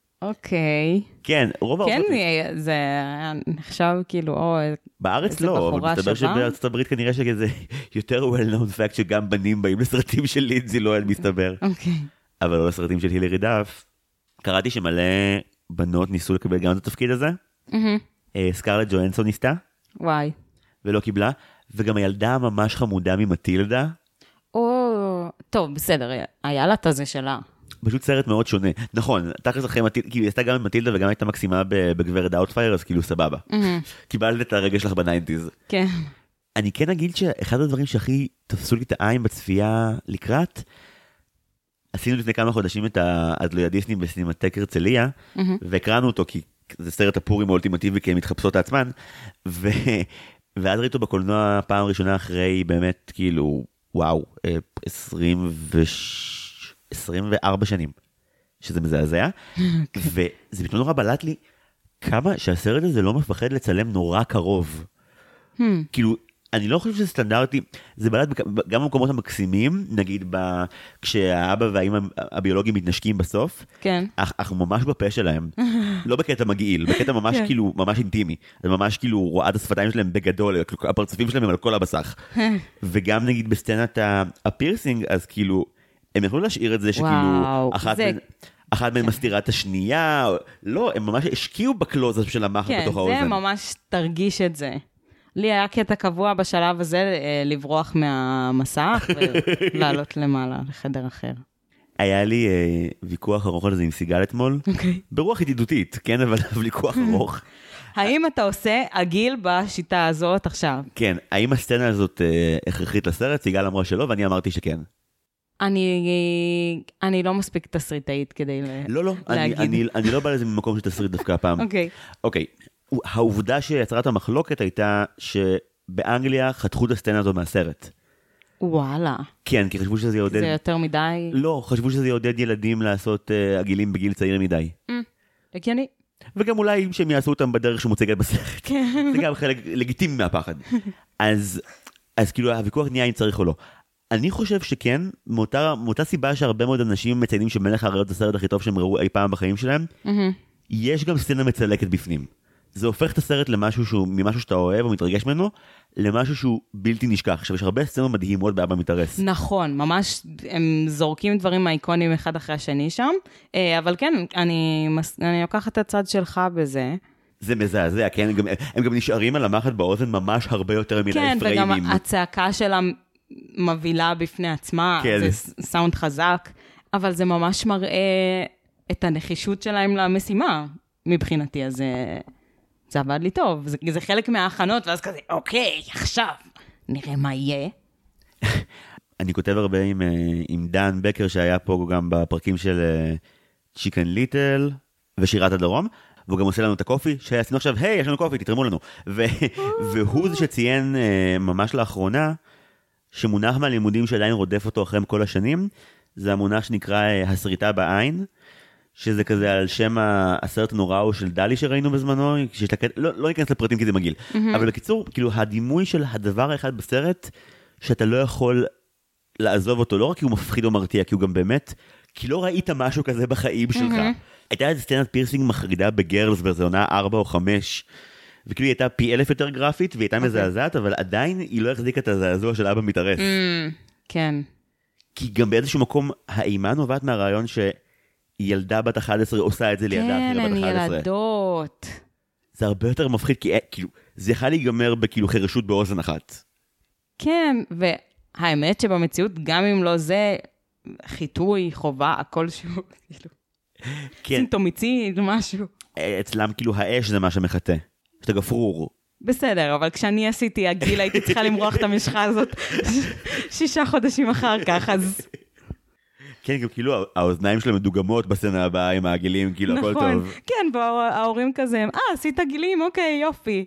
אוקיי. כן, רוב כן, זה נחשב כאילו, או... בארץ לא, אבל מסתבר שבארצות הברית כנראה שזה יותר well known fact שגם בנים באים לסרטים של לינדזי לוהן, מסתבר. אוקיי. אבל לא לסרטים של הילרי דאף. קראתי שמלא בנות ניסו לקבל גם את התפקיד הזה. סקרלט ג'ואנסון ניסתה. וואי. ולא קיבלה. וגם הילדה ממש חמודה ממטילדה. או, טוב, בסדר, היה לה את הזה שלה. פשוט סרט מאוד שונה. נכון, תכלס אחרי מטילדה, כאילו היא עשתה גם עם מטילדה וגם הייתה מקסימה בגברת דאוטפייר, אז כאילו סבבה. קיבלת את הרגע שלך בניינטיז. כן. אני כן אגיד שאחד הדברים שהכי תפסו לי את העין בצפייה לקראת, עשינו לפני כמה חודשים את האדלויה דיסני בסינמטק הרצליה, mm-hmm. והקראנו אותו כי זה סרט הפורים האולטימטיבי, כי הם מתחפשות לעצמן, ו... ואז ראיתו בקולנוע פעם ראשונה אחרי באמת כאילו, וואו, עשרים וארבע שנים, שזה מזעזע, okay. וזה פתאום נורא בלט לי, כמה שהסרט הזה לא מפחד לצלם נורא קרוב. Hmm. כאילו, אני לא חושב שזה סטנדרטי, זה בלט גם במקומות המקסימים, נגיד ב... כשהאבא והאמא הביולוגיים מתנשקים בסוף, כן. אך, אך ממש בפה שלהם. לא בקטע מגעיל, בקטע ממש כאילו, ממש אינטימי. זה ממש כאילו, רואה את השפתיים שלהם בגדול, הפרצופים שלהם הם על כל הבסך. וגם נגיד בסצנת הפירסינג, אז כאילו, הם יכולו להשאיר את זה שכאילו, אחת מהן מסתירה את השנייה, לא, הם ממש השקיעו בקלוז של המחט בתוך האוזן. כן, זה ממש תרגיש את זה. לי היה קטע קבוע בשלב הזה, לברוח מהמסך ולעלות למעלה לחדר אחר. היה לי אה, ויכוח ארוך על זה עם סיגל אתמול, okay. ברוח ידידותית, כן, אבל ויכוח ארוך. האם אתה עושה עגיל בשיטה הזאת עכשיו? כן, האם הסצנה הזאת אה, הכרחית לסרט? סיגל אמרה שלא, ואני אמרתי שכן. אני, אני לא מספיק תסריטאית כדי לא, לא, להגיד. אני, אני, אני לא בא לזה ממקום של תסריט דווקא הפעם. אוקיי. Okay. אוקיי, okay. העובדה שיצרת המחלוקת הייתה שבאנגליה חתכו את הסצנה הזו מהסרט. וואלה. כן, כי חשבו שזה יעודד... זה יותר מדי? לא, חשבו שזה יעודד ילדים לעשות uh, עגילים בגיל צעיר מדי. הגיוני. וגם אולי שהם יעשו אותם בדרך שמוצגת בסרט. זה גם חלק לגיטימי מהפחד. אז, אז כאילו הוויכוח נהיה אם צריך או לא. אני חושב שכן, מאותה, מאותה סיבה שהרבה מאוד אנשים מציינים שמלך האריות זה הסרט הכי טוב שהם ראו אי פעם בחיים שלהם, יש גם סצנה מצלקת בפנים. זה הופך את הסרט למשהו שהוא, ממשהו שאתה אוהב או מתרגש ממנו, למשהו שהוא בלתי נשכח. עכשיו, יש הרבה סצנות מדהימות באבא מתארס. נכון, ממש, הם זורקים דברים אייקונים אחד אחרי השני שם, אבל כן, אני, אני לוקחת את הצד שלך בזה. זה מזעזע, כן? הם גם, הם גם נשארים על המחט באוזן ממש הרבה יותר מדי כן, פריימים. כן, וגם הצעקה שלה מובילה בפני עצמה, כן. זה סאונד חזק, אבל זה ממש מראה את הנחישות שלהם למשימה, מבחינתי, אז... זה עבד לי טוב, זה, זה חלק מההכנות, ואז כזה, אוקיי, עכשיו, נראה מה יהיה. אני כותב הרבה עם, עם דן בקר, שהיה פה גם בפרקים של צ'יקן ליטל, ושירת הדרום, והוא גם עושה לנו את הקופי, שעשינו עכשיו, היי, יש לנו קופי, תתרמו לנו. ו, והוא זה שציין ממש לאחרונה, שמונח מהלימודים שעדיין רודף אותו אחריהם כל השנים, זה המונח שנקרא הסריטה בעין, שזה כזה על שם הסרט הנורא של דלי שראינו בזמנו, לא, לא ניכנס לפרטים כי זה מגעיל, mm-hmm. אבל בקיצור, כאילו הדימוי של הדבר האחד בסרט, שאתה לא יכול לעזוב אותו, לא רק כי הוא מפחיד או מרתיע, כי הוא גם באמת, כי לא ראית משהו כזה בחיים שלך. Mm-hmm. הייתה איזה סצנת פירסינג מחרידה בגרלס, באיזה עונה ארבע או חמש, וכאילו היא הייתה פי אלף יותר גרפית, והיא הייתה okay. מזעזעת, אבל עדיין היא לא החזיקה את הזעזוע של אבא מתארס. Mm, כן. כי גם באיזשהו מקום, האימה נובעת מהרעיון ש... ילדה בת אחת עשרה עושה את זה לידה אחרת בת אחת עשרה. כן, הן ילדות. זה הרבה יותר מפחיד, כי כאילו, זה יכול להיגמר בכאילו חרשות באוזן אחת. כן, והאמת שבמציאות, גם אם לא זה, חיטוי, חובה, הכל שהוא, כאילו, סינטומיצית, משהו. אצלם כאילו האש זה מה שמחטא, שאתה גפרור. בסדר, אבל כשאני עשיתי הגיל, הייתי צריכה למרוח את המשחה הזאת שישה חודשים אחר כך, אז... כן, כאילו, האוזניים שלהם מדוגמות בסצנה הבאה עם העגילים, כאילו, הכל טוב. נכון, כן, וההורים כזה, אה, עשית עגילים, אוקיי, יופי.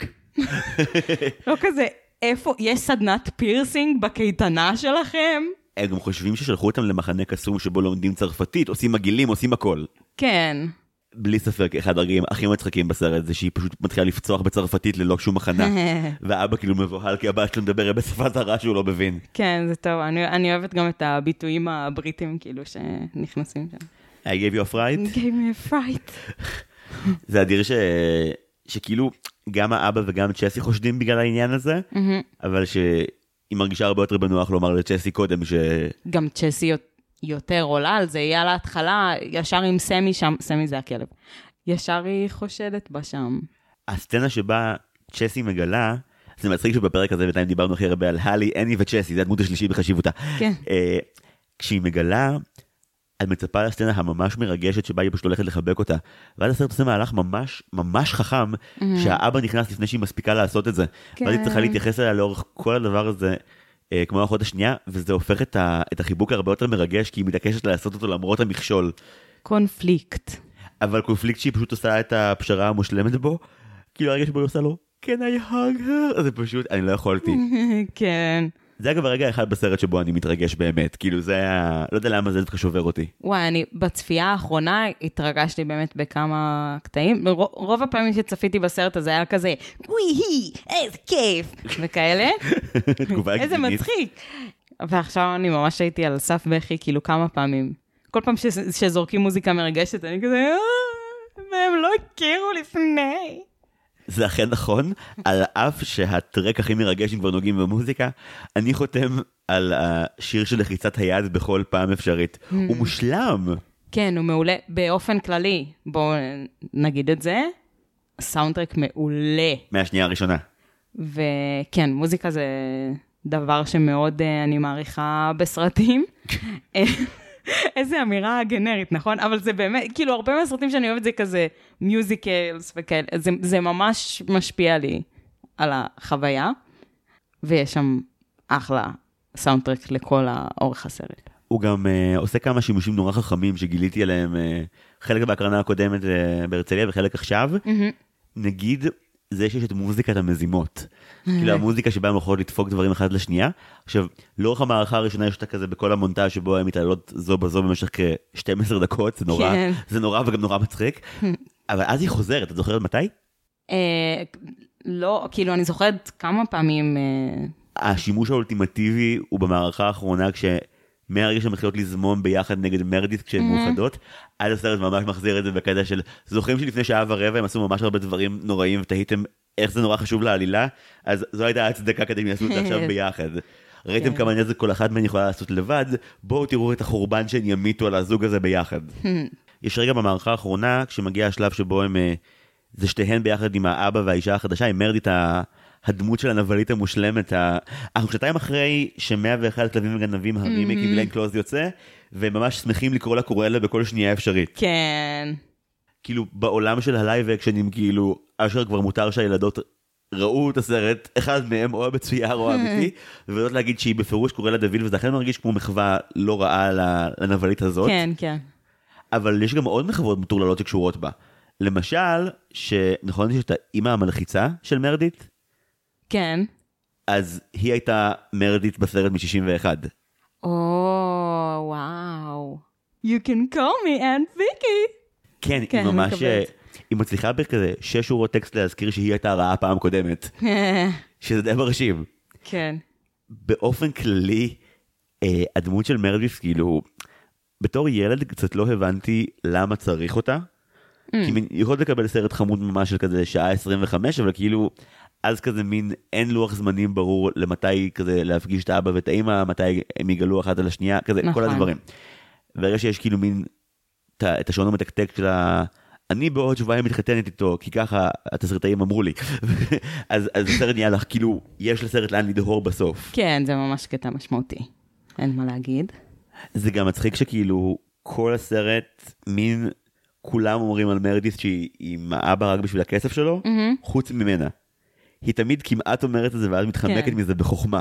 לא כזה, איפה, יש סדנת פירסינג בקייטנה שלכם? הם גם חושבים ששלחו אותם למחנה קסום שבו לומדים צרפתית, עושים עגילים, עושים הכל. כן. בלי ספק, אחד הרגעים הכי מצחיקים בסרט, זה שהיא פשוט מתחילה לפצוח בצרפתית ללא שום הכנה, ואבא כאילו מבוהל, כי הבת שלו מדבר בשפה זרה שהוא לא מבין. כן, זה טוב. אני, אני אוהבת גם את הביטויים הבריטים, כאילו, שנכנסים שם. I gave you a fright? I gave me a fright. זה אדיר ש... שכאילו, גם האבא וגם צ'סי חושדים בגלל העניין הזה, אבל שהיא מרגישה הרבה יותר בנוח לומר לצ'סי קודם ש... גם צ'סי יותר עולה על זה, היא על ההתחלה, ישר עם סמי שם, סמי זה הכלב, ישר היא חושדת בה שם. הסצנה שבה צ'סי מגלה, זה מצחיק שבפרק הזה בינתיים דיברנו הכי הרבה על הלי, אני וצ'סי, זה הדמות השלישית בחשיבותה. כן. כשהיא מגלה, את מצפה לסצנה הממש מרגשת שבה היא פשוט הולכת לחבק אותה, ואז הסרט עושה מהלך ממש, ממש חכם, שהאבא נכנס לפני שהיא מספיקה לעשות את זה, ואז היא צריכה להתייחס אליה לאורך כל הדבר הזה, כמו האחות השנייה, וזה הופך את, ה, את החיבוק הרבה יותר מרגש, כי היא מתעקשת לעשות אותו למרות המכשול. קונפליקט. אבל קונפליקט שהיא פשוט עושה את הפשרה המושלמת בו, כאילו הרגע שבו היא עושה לו, can I hug her? זה פשוט, אני לא יכולתי. כן. זה אגב הרגע אחד בסרט שבו אני מתרגש באמת, כאילו זה היה, לא יודע למה זה דווקא שובר אותי. וואי, אני בצפייה האחרונה התרגשתי באמת בכמה קטעים, רוב הפעמים שצפיתי בסרט הזה היה כזה, ווי הי, איזה כיף, וכאלה. איזה מצחיק. ועכשיו אני ממש הייתי על סף בכי, כאילו כמה פעמים. כל פעם שזורקים מוזיקה מרגשת, אני כזה, והם לא הכירו לפני. זה אכן נכון, על אף שהטרק הכי מרגש אם כבר נוגעים במוזיקה, אני חותם על השיר של לחיצת היד בכל פעם אפשרית. הוא מושלם. כן, הוא מעולה. באופן כללי, בואו נגיד את זה, סאונדטרק מעולה. מהשנייה הראשונה. וכן, מוזיקה זה דבר שמאוד אני מעריכה בסרטים. איזה אמירה גנרית, נכון? אבל זה באמת, כאילו, הרבה מהסרטים שאני אוהבת זה כזה מיוזיקלס וכאלה, זה, זה ממש משפיע לי על החוויה, ויש שם אחלה סאונדטרק לכל האורך הסרט. הוא גם uh, עושה כמה שימושים נורא חכמים שגיליתי עליהם, uh, חלק בהקרנה הקודמת uh, בהרצליה וחלק עכשיו. Mm-hmm. נגיד, זה שיש את מוזיקת המזימות. כאילו המוזיקה שבה הם יכולות לדפוק דברים אחד לשנייה. עכשיו, לאורך המערכה הראשונה יש אותה כזה בכל המונטאז' שבו הם מתעלות זו בזו במשך כ-שתים עשרה דקות, זה נורא, זה נורא וגם נורא מצחיק. אבל אז היא חוזרת, את זוכרת מתי? לא, כאילו אני זוכרת כמה פעמים. השימוש האולטימטיבי הוא במערכה האחרונה כש... מהרגע שהן מתחילות לזמון ביחד נגד מרדיט כשהן מאוחדות, עד הסרט ממש מחזיר את זה בקטע של, זוכרים שלפני שעה ורבע הם עשו ממש הרבה דברים נוראים, ותהיתם איך זה נורא חשוב לעלילה, אז זו הייתה הצדקה כדי שהם יעשו את זה עכשיו ביחד. ראיתם כמה נזק כל אחת מהן יכולה לעשות לבד, בואו תראו את החורבן שהן ימיתו על הזוג הזה ביחד. יש רגע במערכה האחרונה, כשמגיע השלב שבו הם, זה שתיהן ביחד עם האבא והאישה החדשה, עם מרדיט ה... הדמות של הנבלית המושלמת, אנחנו שנתיים אחרי ש-מאה ואחד כלבים וגנבים הרימיק עם גלן קלוז יוצא, והם ממש שמחים לקרוא לה קורלה בכל שנייה אפשרית. כן. כאילו, בעולם של הלייב אקשנים, כאילו, אשר כבר מותר שהילדות ראו את הסרט, אחד מהם או בצפייה או אמיתי, ולא להגיד שהיא בפירוש קורלה דביל, וזה אכן מרגיש כמו מחווה לא רעה לנבלית הזאת. כן, כן. אבל יש גם עוד מחוות מטורללות שקשורות בה. למשל, שנכון שיש את האמא המלחיצה של מרדיט, כן. אז היא הייתה מרדיט בסרט מ-שישים ואחת. או, וואו. You can call me Aunt Vicky. כן, היא ממש, היא מצליחה בכזה שש שורות טקסט להזכיר שהיא הייתה רעה פעם קודמת. שזה די מרשים. כן. באופן כללי, הדמות של מרדיט, כאילו, בתור ילד קצת לא הבנתי למה צריך אותה. כי היא יכולת לקבל סרט חמוד ממש של כזה שעה עשרים וחמש, אבל כאילו... אז כזה מין אין לוח זמנים ברור למתי כזה להפגיש את האבא ואת האמא, מתי הם יגלו אחת על השנייה, כזה נכון. כל הדברים. והרגע שיש כאילו מין את השעון המתקתק של ה... אני בעוד שבועיים מתחתנת איתו, כי ככה התסריטאים אמרו לי. אז, אז הסרט נהיה לך, כאילו, יש לסרט לאן לדהור בסוף. כן, זה ממש קטע משמעותי. אין מה להגיד. זה גם מצחיק שכאילו כל הסרט מין כולם אומרים על מרדיס שהיא עם האבא רק בשביל הכסף שלו, mm-hmm. חוץ ממנה. היא תמיד כמעט אומרת את זה, ואז מתחמקת מזה בחוכמה.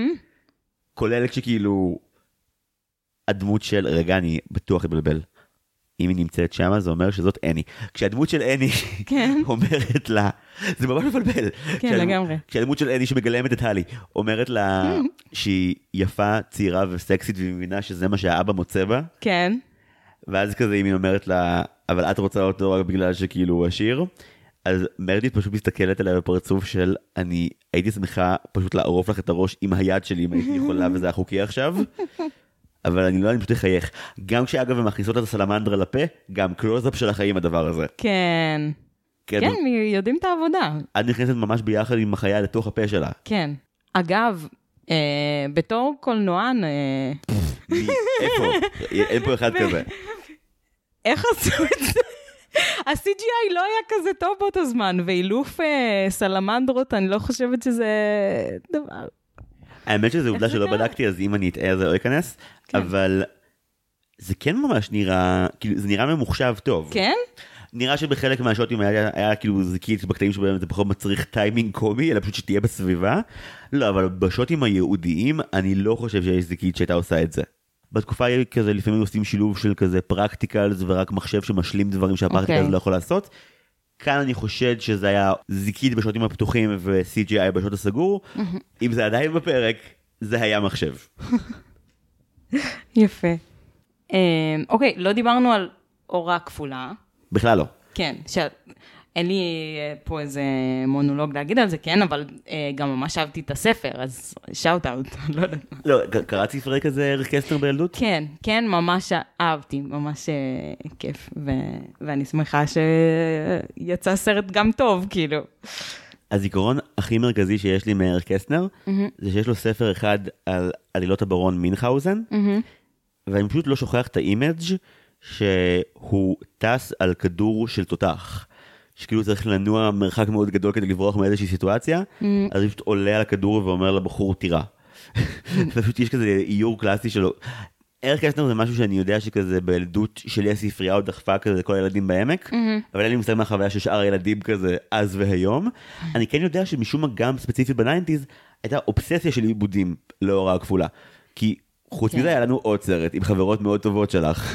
כולל כשכאילו, הדמות של, רגע, אני בטוח לבלבל. אם היא נמצאת שם, זה אומר שזאת אני. כשהדמות של אני אומרת לה, זה ממש מבלבל. כן, לגמרי. כשהדמות של אני שמגלמת את הלי, אומרת לה שהיא יפה, צעירה וסקסית, והיא מבינה שזה מה שהאבא מוצא בה. כן. ואז כזה, אם היא אומרת לה, אבל את רוצה אותו רק בגלל שכאילו הוא עשיר, אז מרדיט פשוט מסתכלת עליה בפרצוף של, אני הייתי שמחה פשוט לערוף לך את הראש עם היד שלי, אם הייתי יכולה וזה החוקי עכשיו, אבל אני לא, אני פשוט אחייך. גם כשאגב הם מכניסות את הסלמנדרה לפה, גם קלוז-אפ של החיים הדבר הזה. כן. כן, כן ו... יודעים את העבודה. את נכנסת ממש ביחד עם החיה לתוך הפה שלה. כן. אגב, אה, בתור קולנוען... אה... איפה? אין פה אחד כזה. איך עשו את זה? ה-סי ג'י איי לא היה כזה טוב באותו זמן, ואילוף אה, סלמנדרות, אני לא חושבת שזה דבר. האמת שזה עובדה שלא בדקתי, אז אם אני אתאה זה לא ייכנס, כן. אבל זה כן ממש נראה, כאילו זה נראה ממוחשב טוב. כן? נראה שבחלק מהשוטים היה, היה כאילו זיקית בקטעים שבהם זה פחות מצריך טיימינג קומי, אלא פשוט שתהיה בסביבה. לא, אבל בשוטים הייעודיים, אני לא חושב שיש זיקית שהייתה עושה את זה. בתקופה היא כזה, לפעמים עושים שילוב של כזה פרקטיקלס, ורק מחשב שמשלים דברים שהפרקטיקלס okay. לא יכול לעשות. כאן אני חושד שזה היה זיקית בשוטים הפתוחים ו-סי ג'י איי בשוט הסגור. Mm-hmm. אם זה עדיין בפרק, זה היה מחשב. יפה. אוקיי, לא דיברנו על אורה כפולה. בכלל לא. כן, ש... אין לי פה איזה מונולוג להגיד על זה, כן, אבל גם ממש אהבתי את הספר, אז שאוט אאוט, לא יודעת. לא, קראת ספרי כזה אריק קסטנר בילדות? כן, כן, ממש אהבתי, ממש כיף, ואני שמחה שיצא סרט גם טוב, כאילו. הזיכרון הכי מרכזי שיש לי מאריק קסטנר, זה שיש לו ספר אחד על עלילות הברון מינכהאוזן, ואני פשוט לא שוכח את האימג' שהוא טס על כדור של תותח. שכאילו צריך לנוע מרחק מאוד גדול כדי לברוח מאיזושהי סיטואציה, אז הוא פשוט עולה על הכדור ואומר לבחור, תירה. ופשוט יש כזה איור קלאסי שלו. אריק קסטנר זה משהו שאני יודע שכזה בילדות שלי הספרייה עוד דחפה כזה לכל הילדים בעמק, אבל אין לי מושג מהחוויה של שאר הילדים כזה אז והיום. אני כן יודע שמשום מה גם ספציפית בניינטיז, הייתה אובססיה של עיבודים להוראה הכפולה. כי חוץ מזה היה לנו עוד סרט עם חברות מאוד טובות שלך.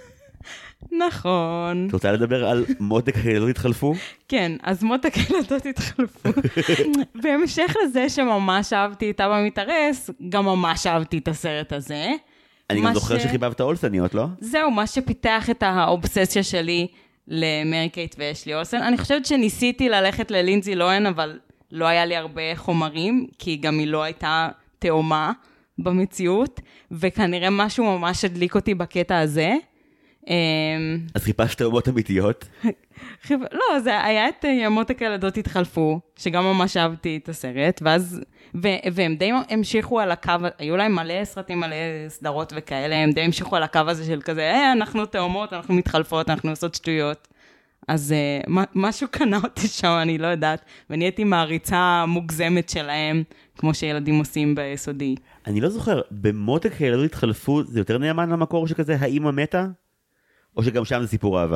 נכון. את רוצה לדבר על מותק הילדות התחלפו? כן, אז מותק הילדות התחלפו. בהמשך לזה שממש אהבתי את אבא מתארס, גם ממש אהבתי את הסרט הזה. אני גם זוכר שחיבבת אולסניות, לא? זהו, מה שפיתח את האובססיה שלי למרי קייט ואשלי אולסן. אני חושבת שניסיתי ללכת ללינזי לוהן, אבל לא היה לי הרבה חומרים, כי גם היא לא הייתה תאומה במציאות, וכנראה משהו ממש הדליק אותי בקטע הזה. אז חיפשת תאומות אמיתיות? לא, זה היה את מותק הילדות התחלפו, שגם ממש אהבתי את הסרט, ואז, והם די המשיכו על הקו, היו להם מלא סרטים, מלא סדרות וכאלה, הם די המשיכו על הקו הזה של כזה, אה, אנחנו תאומות, אנחנו מתחלפות, אנחנו עושות שטויות. אז משהו קנה אותי שם, אני לא יודעת, ואני הייתי מעריצה מוגזמת שלהם, כמו שילדים עושים ביסודי. אני לא זוכר, במותק הילדות התחלפו, זה יותר נאמן למקור שכזה, האמא מתה? או שגם שם זה סיפור אהבה?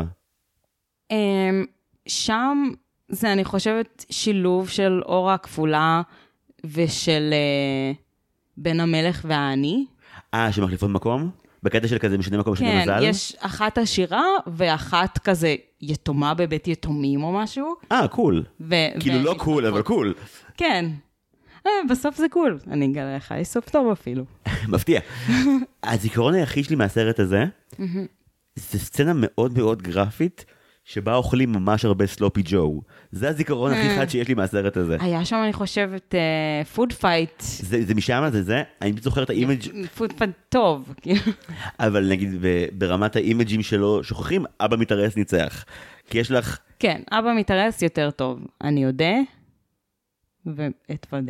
שם זה, אני חושבת, שילוב של אורה הכפולה ושל בן המלך והעני. אה, שמחליפות מקום? בקטע של כזה משנה מקום משנה מזל? כן, יש אחת עשירה ואחת כזה יתומה בבית יתומים או משהו. אה, קול. כאילו לא קול, אבל קול. כן. בסוף זה קול. אני אגלה לך, יש סוף טוב אפילו. מפתיע. הזיכרון היחיד שלי מהסרט הזה, זו סצנה מאוד מאוד גרפית, שבה אוכלים ממש הרבה סלופי ג'ו. זה הזיכרון הכי חד שיש לי מהסרט הזה. היה שם, אני חושבת, פוד פייט. זה משם, זה זה? אני זוכר את האימג' פוד פייט טוב. אבל נגיד, ברמת האימג'ים שלו שוכחים, אבא מתארס ניצח. כי יש לך... כן, אבא מתארס יותר טוב. אני יודע, ואתוודה.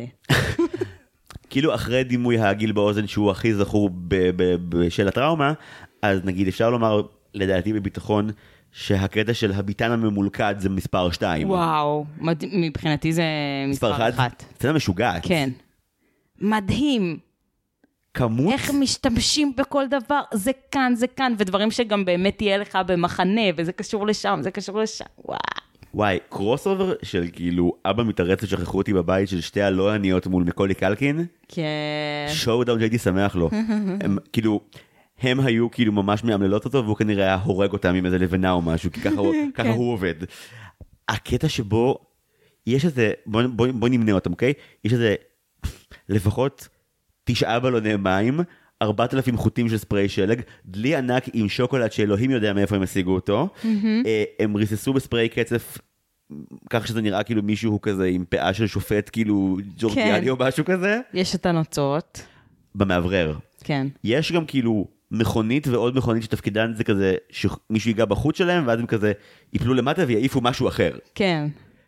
כאילו אחרי דימוי העגיל באוזן, שהוא הכי זכור בשל הטראומה, אז נגיד, אפשר לומר, לדעתי בביטחון, שהקטע של הביטן הממולכד זה מספר שתיים. וואו, מד... מבחינתי זה מספר, מספר אחת. סצנה משוגעת. כן. מדהים. כמות? איך משתמשים בכל דבר, זה כאן, זה כאן, ודברים שגם באמת תהיה לך במחנה, וזה קשור לשם, זה קשור לשם, וואו. וואי, קרוס אובר של כאילו, אבא מתארץ ושכחו אותי בבית של שתי הלא עניות מול מקולי קלקין. כן. שואו דאון שהייתי שמח לו. הם כאילו... הם היו כאילו ממש מאמללות אותו, והוא כנראה היה הורג אותם עם איזה לבנה או משהו, כי ככה הוא, ככה הוא עובד. הקטע שבו, יש איזה, בוא, בוא, בוא נמנה אותם, אוקיי? יש איזה, לפחות תשעה בלוני מים, ארבעת אלפים חוטים של ספרי שלג, דלי ענק עם שוקולד שאלוהים יודע מאיפה הם השיגו אותו, הם ריססו בספרי קצף, כך שזה נראה כאילו מישהו כזה עם פאה של שופט, כאילו ג'ורגיאני או משהו כזה. יש את הנוצות. במעברר. כן. יש גם כאילו... מכונית ועוד מכונית שתפקידן זה כזה שמישהו ייגע בחוט שלהם ואז הם כזה ייפלו למטה ויעיפו משהו אחר. כן.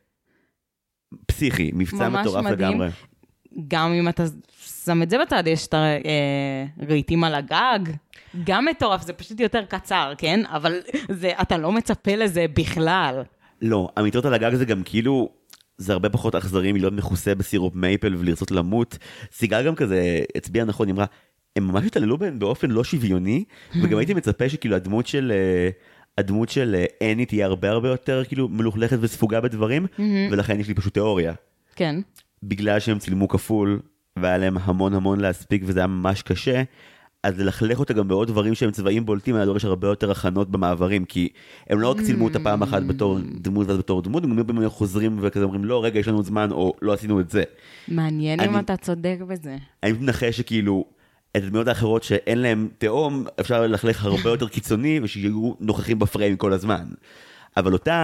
פסיכי, מבצע מטורף לגמרי. גם אם אתה שם את זה בצד, יש את הרהיטים על הגג, גם מטורף, זה פשוט יותר קצר, כן? אבל זה, אתה לא מצפה לזה בכלל. לא, המטרות על הגג זה גם כאילו, זה הרבה פחות אכזרי מלהיות מכוסה בסירופ מייפל ולרצות למות. סיגל גם כזה הצביע נכון, היא אמרה, הם ממש התעללו בהם באופן לא שוויוני, וגם הייתי מצפה שכאילו הדמות של, הדמות של אני תהיה הרבה הרבה יותר כאילו מלוכלכת וספוגה בדברים, ולכן יש לי פשוט תיאוריה. כן. בגלל שהם צילמו כפול, והיה להם המון המון להספיק, וזה היה ממש קשה, אז ללכלך אותה גם בעוד דברים שהם צבעים בולטים, היה דורש הרבה יותר הכנות במעברים, כי הם לא רק צילמו אותה פעם אחת בתור דמות ואז בתור דמות, הם גם חוזרים וכזה אומרים, לא, רגע, יש לנו זמן, או לא עשינו את זה. מעניין אם אתה צודק בזה. אני מנחש שכאילו, את הדמיות האחרות שאין להם תאום, אפשר ללכלך הרבה יותר קיצוני, ושיהיו נוכחים בפריים כל הזמן. אבל אותה,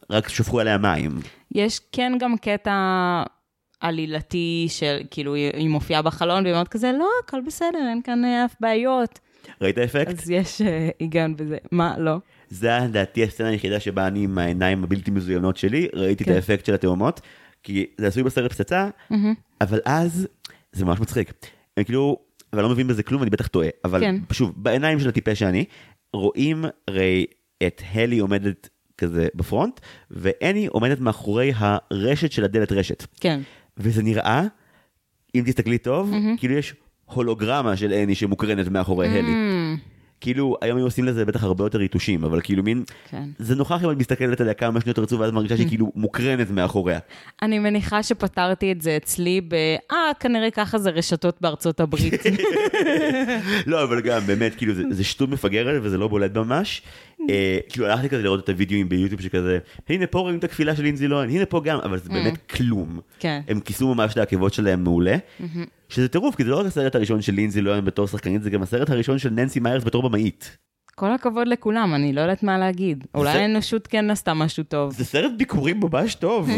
רק שפכו עליה מים. יש כן גם קטע עלילתי של, כאילו, היא מופיעה בחלון, והיא אומרת כזה, לא, הכל בסדר, אין כאן אף בעיות. ראית האפקט? אז יש היגיון בזה. מה? לא. זה לדעתי הסצנה היחידה שבה אני עם העיניים הבלתי מזוינות שלי, ראיתי את האפקט של התאומות, כי זה עשוי בסרט פצצה, אבל אז זה ממש מצחיק. הם כאילו, אבל לא מבין בזה כלום, אני בטח טועה, אבל שוב, בעיניים של הטיפש שאני, רואים הרי את הלי עומדת כזה בפרונט, ואני עומדת מאחורי הרשת של הדלת רשת. כן. וזה נראה, אם תסתכלי טוב, כאילו יש הולוגרמה של אני שמוקרנת מאחורי הלי. כאילו, היום היו עושים לזה בטח הרבה יותר ריטושים, אבל כאילו מין, זה נוכח אם את מסתכלת עליה כמה שניות רצו, ואז מרגישה שהיא כאילו מוקרנת מאחוריה. אני מניחה שפתרתי את זה אצלי ב... אה, כנראה ככה זה רשתות בארצות הברית. לא, אבל גם, באמת, כאילו, זה שטות מפגרת, וזה לא בולט ממש. כאילו, הלכתי כזה לראות את הוידאוים ביוטיוב שכזה, הנה פה רואים את הכפילה של לינזי לוהן, הנה פה גם, אבל זה באמת כלום. הם כיסו ממש את העקבות שלהם מעולה. שזה טירוף, כי זה לא רק הסרט הראשון של לינזי לוהן בתור שחקנית, זה גם הסרט הראשון של ננסי מיירס בתור במאית. כל הכבוד לכולם, אני לא יודעת מה להגיד. אולי האנושות כן עשתה משהו טוב. זה סרט ביקורים ממש טוב.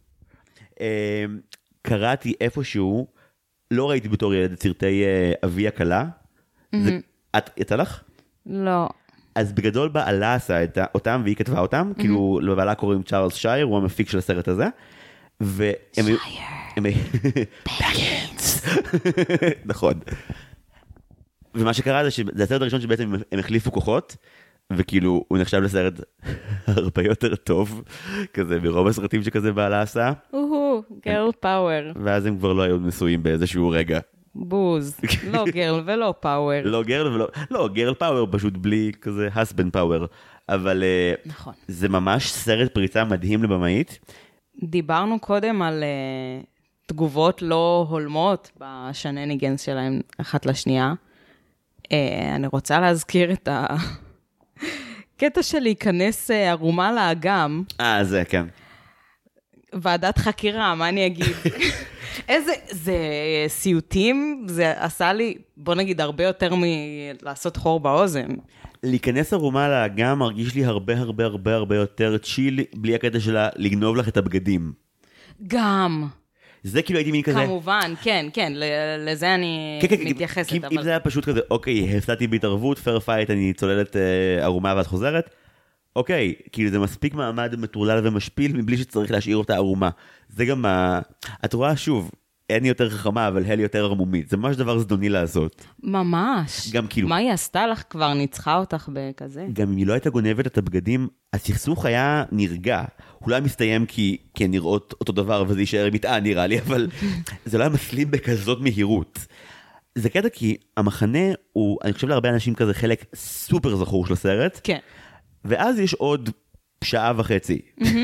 קראתי איפשהו, לא ראיתי בתור ילד את סרטי אבי הקלה. את יצא לך? לא. אז בגדול בעלה עשה אותם, והיא כתבה אותם, כאילו לבעלה קוראים צ'ארלס שייר, הוא המפיק של הסרט הזה. שייר. בגינס. נכון. ומה שקרה זה שזה הסרט הראשון שבעצם הם החליפו כוחות, וכאילו הוא נחשב לסרט הרבה יותר טוב, כזה ברוב הסרטים שכזה בעלה עשה. אוהו, גרל פאוור. ואז הם כבר לא היו נשואים באיזשהו רגע. בוז, לא גרל ולא פאוור. לא גרל ולא, לא, גרל פאוור פשוט בלי כזה הסבן פאוור. אבל נכון. זה ממש סרט פריצה מדהים לבמאית. דיברנו קודם על uh, תגובות לא הולמות בשנניגנס שלהם אחת לשנייה. Uh, אני רוצה להזכיר את הקטע של להיכנס uh, ערומה לאגם. אה, זה, כן. ועדת חקירה, מה אני אגיד? איזה, זה סיוטים, זה עשה לי, בוא נגיד, הרבה יותר מלעשות חור באוזן. להיכנס ערומה לאגם מרגיש לי הרבה הרבה הרבה הרבה יותר צ'יל, בלי הקטע שלה לגנוב לך את הבגדים. גם. זה כאילו הייתי מין כזה... כמובן, כן, כן, לזה אני כן, כן, מתייחסת. כי, אבל... אם זה היה פשוט כזה, אוקיי, הפסדתי בהתערבות, פייר פייט, אני צוללת אה, ערומה ואת חוזרת, אוקיי, כאילו זה מספיק מעמד מטורלל ומשפיל, מבלי שצריך להשאיר אותה ערומה. זה גם, ה... את רואה שוב, אין יותר חכמה, אבל הלי יותר ערמומית. זה ממש דבר זדוני לעשות. ממש. גם כאילו... מה היא עשתה לך כבר? ניצחה אותך בכזה? גם אם היא לא הייתה גונבת את הבגדים, הסכסוך היה נרגע. אולי מסתיים כי, כי נראות אותו דבר, וזה יישאר מטען נראה לי, אבל זה לא היה מסלים בכזאת מהירות. זה קטע כי המחנה הוא, אני חושב להרבה אנשים כזה חלק סופר זכור של הסרט. כן. ואז יש עוד שעה וחצי,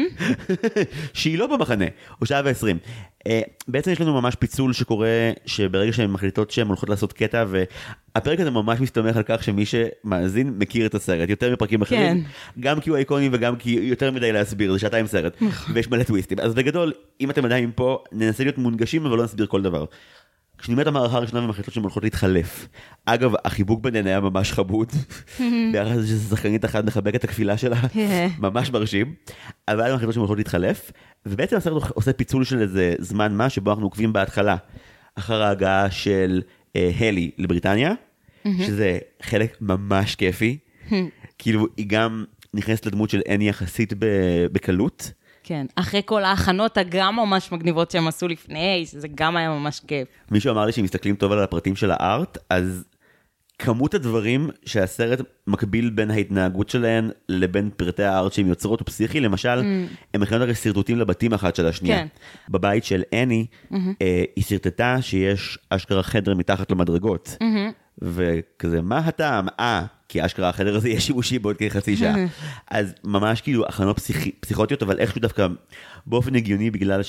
שהיא לא במחנה, או שעה ועשרים. בעצם יש לנו ממש פיצול שקורה, שברגע שהן מחליטות שהן הולכות לעשות קטע, והפרק הזה ממש מסתמך על כך שמי שמאזין מכיר את הסרט, יותר מפרקים אחרים, גם כי הוא איקוני וגם כי יותר מדי להסביר, זה שעתיים סרט, ויש מלא טוויסטים. אז בגדול, אם אתם עדיין פה, ננסה להיות מונגשים, אבל לא נסביר כל דבר. כשנראית המערכה הראשונה ומחליטות שהן הולכות להתחלף. אגב, החיבוק ביניהן היה ממש חבוד. ביחד זה ששחקנית אחת מחבק את הכפילה שלה. ממש מרשים. אבל היה מחליטות שהן הולכות להתחלף. ובעצם הסרט עושה פיצול של איזה זמן מה, שבו אנחנו עוקבים בהתחלה. אחר ההגעה של הלי לבריטניה, שזה חלק ממש כיפי. כאילו, היא גם נכנסת לדמות של אני יחסית בקלות. כן, אחרי כל ההכנות הגם ממש מגניבות שהם עשו לפני, שזה גם היה ממש כיף. מישהו אמר לי שהם מסתכלים טוב על הפרטים של הארט, אז כמות הדברים שהסרט מקביל בין ההתנהגות שלהן לבין פרטי הארט שהם יוצרות ופסיכי, למשל, mm. הם מכינות הרי סרטוטים לבתים אחת של השנייה. כן. בבית של אני, mm-hmm. אה, היא סרטטה שיש אשכרה חדר מתחת למדרגות. Mm-hmm. וכזה, מה הטעם? אה, כי אשכרה החדר הזה יהיה שימושי בעוד כחצי שעה. אז ממש כאילו הכנות פסיכ... פסיכוטיות, אבל איכשהו דווקא באופן הגיוני, בגלל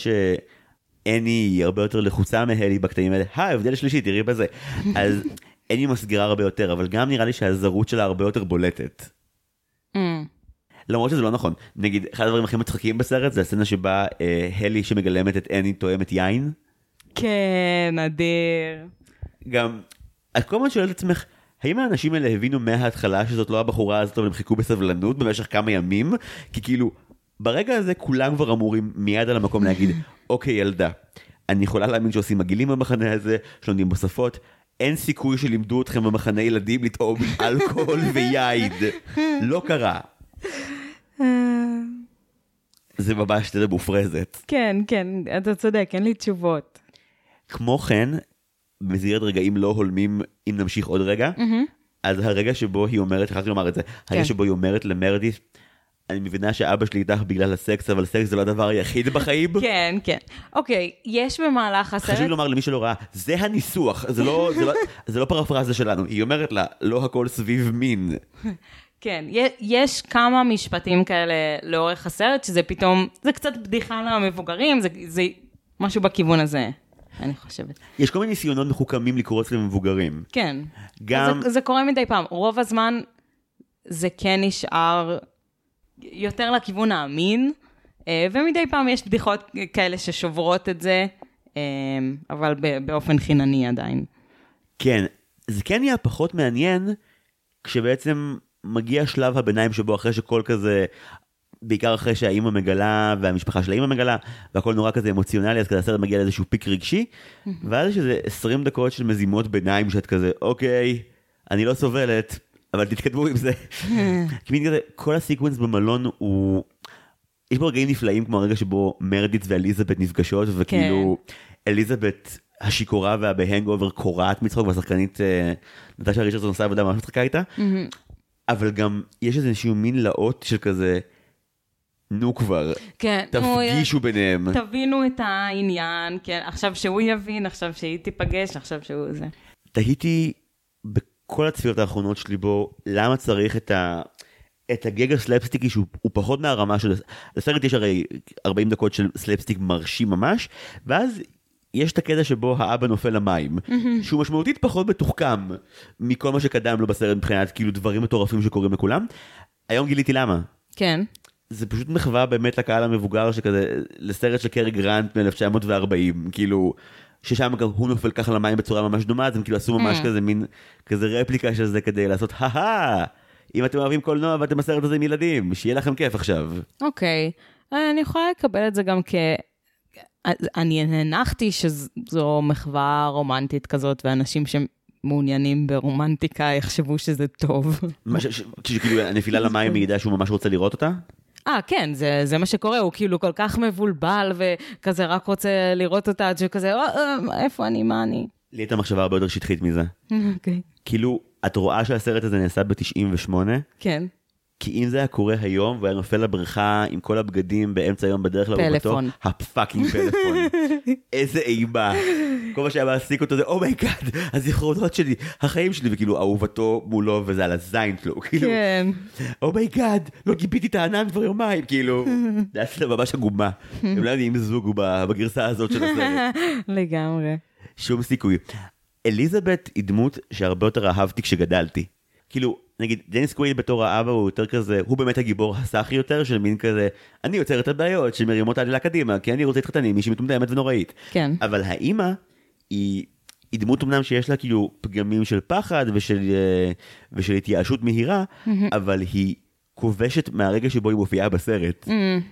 שאני היא הרבה יותר לחוצה מהלי בקטעים האלה. היי, הבדל שלישי, תראי בזה. אז אני מסגירה הרבה יותר, אבל גם נראה לי שהזרות שלה הרבה יותר בולטת. למרות שזה לא נכון. נגיד, אחד הדברים הכי מצחקים בסרט, זה הסצנה שבה אה, הלי שמגלמת את אני תואמת יין. כן, נדיר. גם, את כל הזמן שואלת עצמך, האם האנשים האלה הבינו מההתחלה שזאת לא הבחורה הזאת, אבל הם חיכו בסבלנות במשך כמה ימים? כי כאילו, ברגע הזה כולם כבר אמורים מיד על המקום להגיד, אוקיי ילדה, אני יכולה להאמין שעושים מגעילים במחנה הזה, שלומדים בשפות, אין סיכוי שלימדו אתכם במחנה ילדים לטעום אלכוהול ויין. לא קרה. זה ממש שתדע מופרזת. כן, כן, אתה צודק, אין לי תשובות. כמו כן, במסגרת רגעים לא הולמים, אם נמשיך עוד רגע, אז הרגע שבו היא אומרת, שכחתי לומר את זה, הרגע שבו היא אומרת למרדיס, אני מבינה שאבא שלי איתך בגלל הסקס, אבל סקס זה לא הדבר היחיד בחיים. כן, כן. אוקיי, יש במהלך הסרט... חשוב לומר למי שלא ראה, זה הניסוח, זה לא, זה לא, זה לא פרפרזה שלנו. היא אומרת לה, לא הכל סביב מין. כן, יש כמה משפטים כאלה לאורך הסרט, שזה פתאום, זה קצת בדיחה למבוגרים, זה, זה משהו בכיוון הזה, אני חושבת. יש כל מיני ניסיונות מחוכמים לקרוץ למבוגרים. כן. גם... זה, זה קורה מדי פעם. רוב הזמן זה כן נשאר יותר לכיוון האמין, ומדי פעם יש בדיחות כאלה ששוברות את זה, אבל באופן חינני עדיין. כן, זה כן יהיה פחות מעניין, כשבעצם מגיע שלב הביניים שבו אחרי שכל כזה, בעיקר אחרי שהאימא מגלה, והמשפחה של האימא מגלה, והכל נורא כזה אמוציונלי, אז כזה הסרט מגיע לאיזשהו פיק רגשי, ואז יש איזה עשרים דקות של מזימות ביניים, שאת כזה, אוקיי, אני לא סובלת, אבל תתקדמו עם זה. כי כזה, כל הסיקוונס במלון הוא... יש בו רגעים נפלאים, כמו הרגע שבו מרדיץ ואליזבת נפגשות, וכאילו אליזבת השיקורה והבהנגאובר קורעת מצחוק, והשחקנית נטשה ריצ'רדסון עושה עבודה ממש מצחקה איתה, אבל גם יש איזשהו מין לאות של כזה, נו כבר, תפגישו ביניהם. תבינו את העניין, עכשיו שהוא יבין, עכשיו שהיא תיפגש, עכשיו שהוא זה. תהיתי בכל הצפיות האחרונות שלי בו, למה צריך את ה... את הגג הסלפסטיקי שהוא פחות מהרמה של... לסרט יש הרי ארבעים דקות של סלפסטיק מרשים ממש, ואז יש את הקטע שבו האבא נופל למים, שהוא משמעותית פחות מתוחכם מכל מה שקדם לו בסרט מבחינת כאילו דברים מטורפים שקורים לכולם. היום גיליתי למה. כן. זה פשוט מחווה באמת לקהל המבוגר שכזה, לסרט של קרי גרנט מ-אלף תשע מאות וארבעים, כאילו, ששם הוא נופל ככה למים בצורה ממש דומה, אז הם כאילו עשו ממש כזה מין, כזה רפליקה של זה כדי לעשות, הא אם אתם אוהבים קולנוע ואתם בסרט הזה עם ילדים, שיהיה לכם כיף עכשיו. אוקיי, אני יכולה לקבל את זה גם כ... אני הנחתי שזו מחווה רומנטית כזאת, ואנשים שמעוניינים ברומנטיקה יחשבו שזה טוב. כשכאילו הנפילה למים מעידה שהוא ממש רוצה לראות אותה? אה, כן, זה, זה מה שקורה, הוא כאילו כל כך מבולבל, וכזה רק רוצה לראות אותה, עד שכזה, איפה אני, מה אני? לי הייתה מחשבה הרבה יותר שטחית מזה. אוקיי. כאילו, את רואה שהסרט הזה נעשה ב-תשעים ושמונה? כן. כי אם זה היה קורה היום, והיה נופל לבריכה עם כל הבגדים באמצע היום בדרך לארוחתו, פלאפון. הפאקינג פלאפון. איזה אימה. כל מה שהיה מעסיק אותו זה, אומייגאד, הזיכרונות שלי, החיים שלי, וכאילו אהובתו מולו, וזה על הזין שלו, כאילו, אומייגאד, לא גיביתי את הענן כבר יומיים, כאילו, זה היה ממש עגומה. הם לא יודעים זוג בגרסה הזאת של הסרט. לגמרי. שום סיכוי. אליזבת היא דמות שהרבה יותר אהבתי כשגדלתי. כאילו, נגיד, דניס קוויד בתור האבא הוא יותר כזה, הוא באמת הגיבור הסחי יותר, של מין כזה, אני יוצר את הבעיות שמרימות העלילה קדימה, כי אני רוצה להתחתן עם מישהי מטומטמת ונוראית. כן. אבל האמא היא, היא דמות אמנם שיש לה כאילו פגמים של פחד ושל, ושל התייאשות מהירה, אבל היא כובשת מהרגע שבו היא מופיעה בסרט.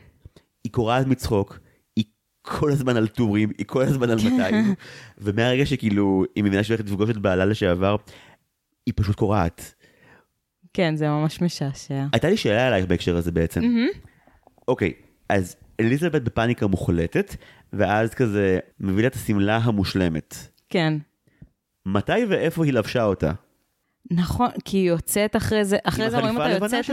היא קורעת מצחוק, היא כל הזמן על טורים, היא כל הזמן על מאתיים, ומהרגע שכאילו, היא מבינה שהולכת לפגוש את בעלה לשעבר, היא פשוט קורעת. כן, זה ממש משעשע. הייתה לי שאלה עלייך בהקשר הזה בעצם. אוקיי, אז אליזבת בפאניקה מוחלטת, ואז כזה מביא לה את הסמלה המושלמת. כן. מתי ואיפה היא לבשה אותה? נכון, כי היא יוצאת אחרי זה, אחרי זה רואים אותה יוצאת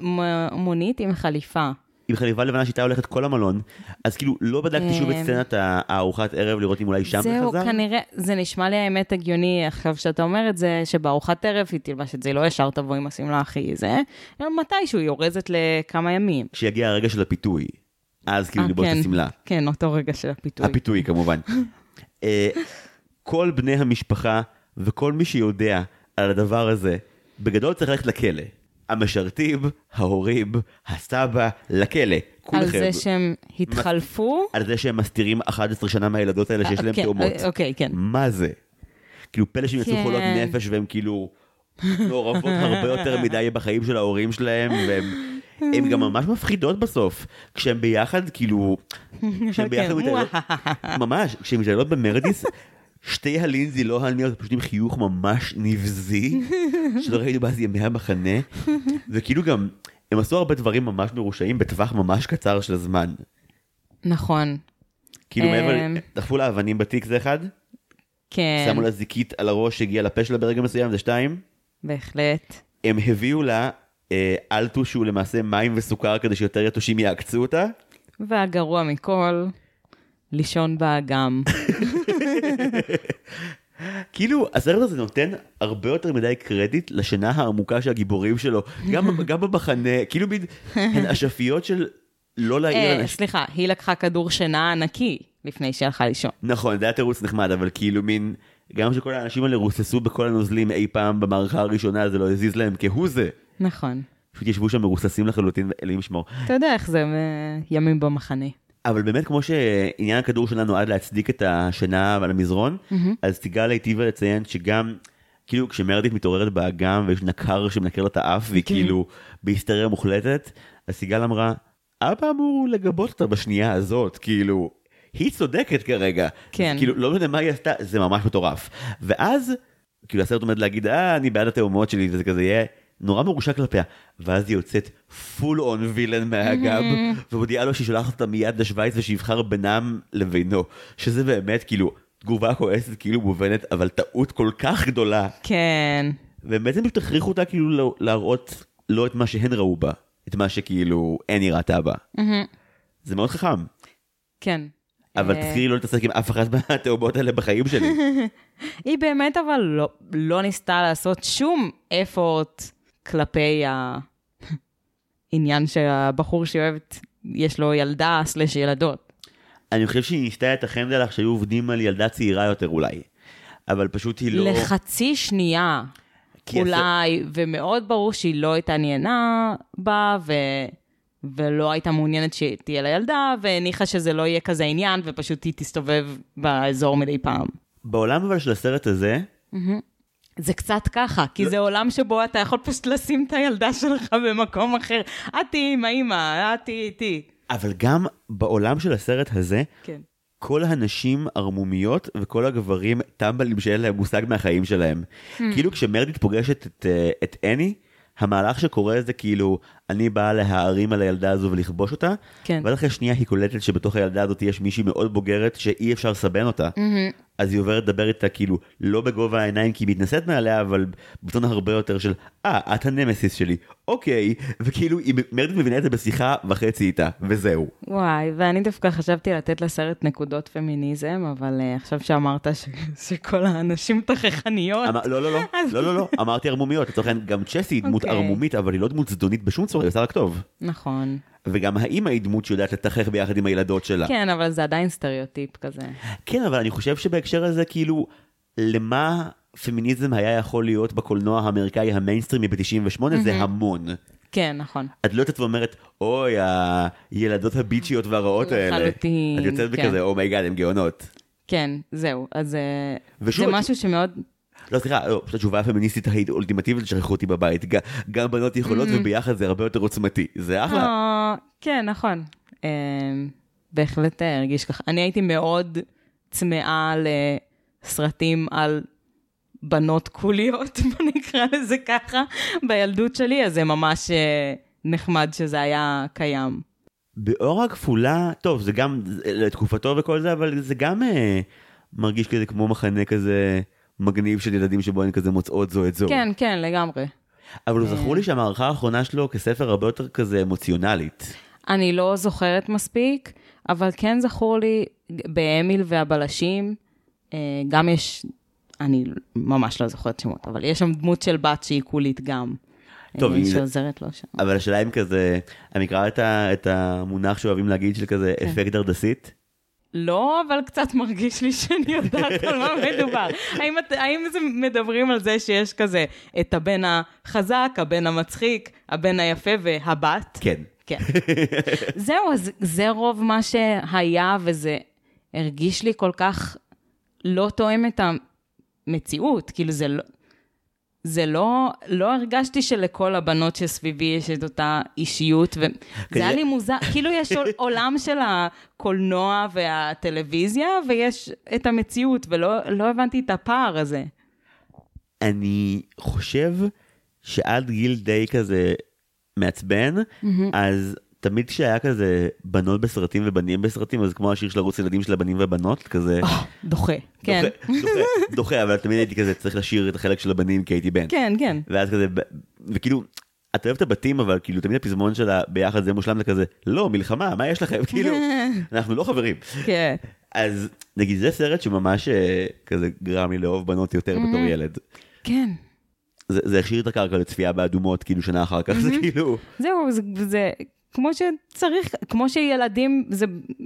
מהמונית עם חליפה. עם חליפה לבנה שאיתה הולכת כל המלון, אז כאילו לא בדקתי שוב את סצנת הארוחת ערב לראות אם אולי שם זה חזר. זהו, כנראה, זה נשמע לי האמת הגיוני, עכשיו שאתה אומר את זה, שבארוחת ערב היא תלבש את זה, לא ישר תבוא עם השמלה הכי זה, מתישהו היא אורזת לכמה ימים. כשיגיע הרגע של הפיתוי, אז כאילו ללבוש את השמלה. כן, אותו רגע של הפיתוי. הפיתוי כמובן. כל בני המשפחה וכל מי שיודע על הדבר הזה, בגדול צריך ללכת לכלא. המשרתים, ההורים, הסבא, לכלא, כולכם. על זה שהם התחלפו? על זה שהם מסתירים אחת עשרה שנה מהילדות האלה שיש להם תאומות. אוקיי, כן. מה זה? כאילו פלא שהם יצאו חולות נפש והם כאילו מעורבות הרבה יותר מדי בחיים של ההורים שלהם, והם הן גם ממש מפחידות בסוף. כשהן ביחד, כאילו, כשהן ביחד מתעלות, ממש, כשהן מתעלות במרדיס, שתי הלינזי לא הלניות, פשוט עם חיוך ממש נבזי, שלא ראינו באז ימי המחנה, וכאילו גם, הם עשו הרבה דברים ממש מרושעים, בטווח ממש קצר של הזמן. נכון. כאילו מעבר, דחפו לה אבנים בתיק זה אחד, כן. שמו לה זיקית על הראש שהגיעה לפה שלה ברגע מסוים, זה שתיים. בהחלט. הם הביאו לה אה, אלטו שהוא למעשה מים וסוכר כדי שיותר יתושים יעקצו אותה. והגרוע מכל, לישון באגם. כאילו, הסרט הזה נותן הרבה יותר מדי קרדיט לשינה העמוקה של הגיבורים שלו, גם, גם במחנה, כאילו בין הן אשפיות של לא להעיר אנשים. סליחה, היא לקחה כדור שינה ענקי לפני שהלכה לישון. נכון, זה היה תירוץ נחמד, אבל כאילו מין, גם שכל האנשים האלה רוססו בכל הנוזלים אי פעם במערכה הראשונה, זה לא הזיז להם כהוא זה. נכון. פשוט ישבו שם מרוססים לחלוטין, אלוהים ישמור. אתה יודע איך זה ימים במחנה. אבל באמת כמו שעניין הכדור שלנו נועד להצדיק את השינה על המזרון, אז סיגל היטיבה לציין שגם, כאילו כשמרדית מתעוררת באגם ויש נקר שמנקר לה את האף, והיא כאילו בהיסטריה מוחלטת, אז סיגל אמרה, אבא אמור לגבות אותה בשנייה הזאת, כאילו, היא צודקת כרגע. כן. כאילו, לא יודע מה היא עשתה, זה ממש מטורף. ואז, כאילו הסרט עומד להגיד, אה, אני בעד התאומות שלי, וזה כזה יהיה נורא מרושע כלפיה, ואז היא יוצאת פול און וילן מהאגב, ומודיעה לו שהיא שולחת אותה מיד לשוויץ, ושיבחר בינם לבינו, שזה באמת כאילו תגובה כועסת כאילו מובנת, אבל טעות כל כך גדולה. כן. ובעצם תכריחו אותה כאילו להראות לא את מה שהן ראו בה, את מה שכאילו אין היא ראתה בה. זה מאוד חכם. כן. אבל תזכירי לא להתעסק עם אף אחת מהתאומות האלה בחיים שלי. היא באמת אבל לא, לא ניסתה לעשות שום אפורט כלפי העניין שהבחור שאוהבת, יש לו ילדה סלש ילדות. אני חושב שהיא ניסתה את החנדלך שהיו עובדים על ילדה צעירה יותר אולי. אבל פשוט היא לא... לחצי שנייה אולי, הס... ומאוד ברור שהיא לא התעניינה בה, ו... ולא הייתה מעוניינת שתהיה לה ילדה, והניחה שזה לא יהיה כזה עניין, ופשוט היא תסתובב באזור מדי פעם. בעולם אבל של הסרט הזה... זה קצת ככה, כי זה עולם שבו אתה יכול פשוט לשים את הילדה שלך במקום אחר. את היא עם האמא, את היא איתי. אבל גם בעולם של הסרט הזה, כן. כל הנשים ערמומיות וכל הגברים טמבלים שאין להם מושג מהחיים שלהם. כאילו כשמרדית פוגשת את, את אני, המהלך שקורה זה כאילו, אני באה להערים על הילדה הזו ולכבוש אותה, כן. ואז אחרי שנייה היא קולטת שבתוך הילדה הזאת יש מישהי מאוד בוגרת שאי אפשר לסבן אותה. Mm-hmm. אז היא עוברת לדבר איתה כאילו, לא בגובה העיניים כי היא מתנשאת מעליה, אבל בטון הרבה יותר של, אה, את הנמסיס שלי, אוקיי, וכאילו היא מרדית מבינה את זה בשיחה וחצי איתה, וזהו. וואי, ואני דווקא חשבתי לתת לסרט נקודות פמיניזם, אבל uh, עכשיו שאמרת ש... שכל האנשים תכחניות. אמר, לא, לא, לא, לא, לא, לא, אמרתי ערמומיות, לצורך העניין, גם צ'סי היא דמות ערמומית, אבל היא לא דמות זדונית בשום צורה, היא עושה רק טוב. נכון. וגם האמא היא דמות שיודעת לתחך ביחד עם הילדות שלה. כן, אבל זה עדיין סטריאוטיפ כזה. כן, אבל אני חושב שבהקשר הזה, כאילו, למה פמיניזם היה יכול להיות בקולנוע האמריקאי המיינסטרימי ב-תשעים ושמונה, זה המון. כן, נכון. את לא יוצאת ואומרת, אוי, הילדות הביצ'יות והרעות האלה. לחלוטין. את יוצאת בכזה, אומייגאד, הן גאונות. כן, זהו. אז זה משהו שמאוד... לא, סליחה, פשוט התשובה הפמיניסטית האולטימטיבית שכחו אותי בבית. גם בנות יכולות וביחד זה הרבה יותר עוצמתי. זה אחלה. כן, נכון. בהחלט הרגיש ככה. אני הייתי מאוד צמאה לסרטים על בנות קוליות, בוא נקרא לזה ככה, בילדות שלי, אז זה ממש נחמד שזה היה קיים. באור הכפולה, טוב, זה גם לתקופתו וכל זה, אבל זה גם מרגיש כזה כמו מחנה כזה... מגניב של ילדים שבו הן כזה מוצאות זו את זו. כן, כן, לגמרי. אבל הוא זכרו לי שהמערכה האחרונה שלו כספר הרבה יותר כזה אמוציונלית. אני לא זוכרת מספיק, אבל כן זכור לי באמיל והבלשים, גם יש, אני ממש לא זוכרת שמות, אבל יש שם דמות של בת שהיא קולית גם. טוב, שעוזרת לו שם. אבל השאלה אם כזה, אני אקרא את המונח שאוהבים להגיד של כזה אפקט דרדסית. לא, אבל קצת מרגיש לי שאני יודעת על מה מדובר. האם, האם זה מדברים על זה שיש כזה את הבן החזק, הבן המצחיק, הבן היפה והבת? כן. כן. זהו, אז זה רוב מה שהיה, וזה הרגיש לי כל כך לא תואם את המציאות. כאילו זה לא... זה לא, לא הרגשתי שלכל הבנות שסביבי יש את אותה אישיות, וזה היה לי מוזר, כאילו יש עולם של הקולנוע והטלוויזיה, ויש את המציאות, ולא לא הבנתי את הפער הזה. אני חושב שעד גיל די כזה מעצבן, אז תמיד כשהיה כזה בנות בסרטים ובנים בסרטים, אז כמו השיר של ערוץ ילדים של הבנים והבנות, כזה... דוחה, כן. דוחה, דוחה, אבל תמיד הייתי כזה, צריך לשיר את החלק של הבנים כי הייתי בן. כן, כן. ואז כזה, וכאילו, את אוהבת הבתים, אבל כאילו, תמיד הפזמון שלה ביחד זה מושלם, זה כזה, לא, מלחמה, מה יש לכם? כאילו, אנחנו לא חברים. כן. אז נגיד, זה סרט שממש כזה גרם לי לאהוב בנות יותר בתור ילד. כן. זה השאיר את הקרקע לצפייה באדומות, כאילו שנה אחר כך, זה כאילו... זהו, זה... כמו שצריך, כמו שילדים זה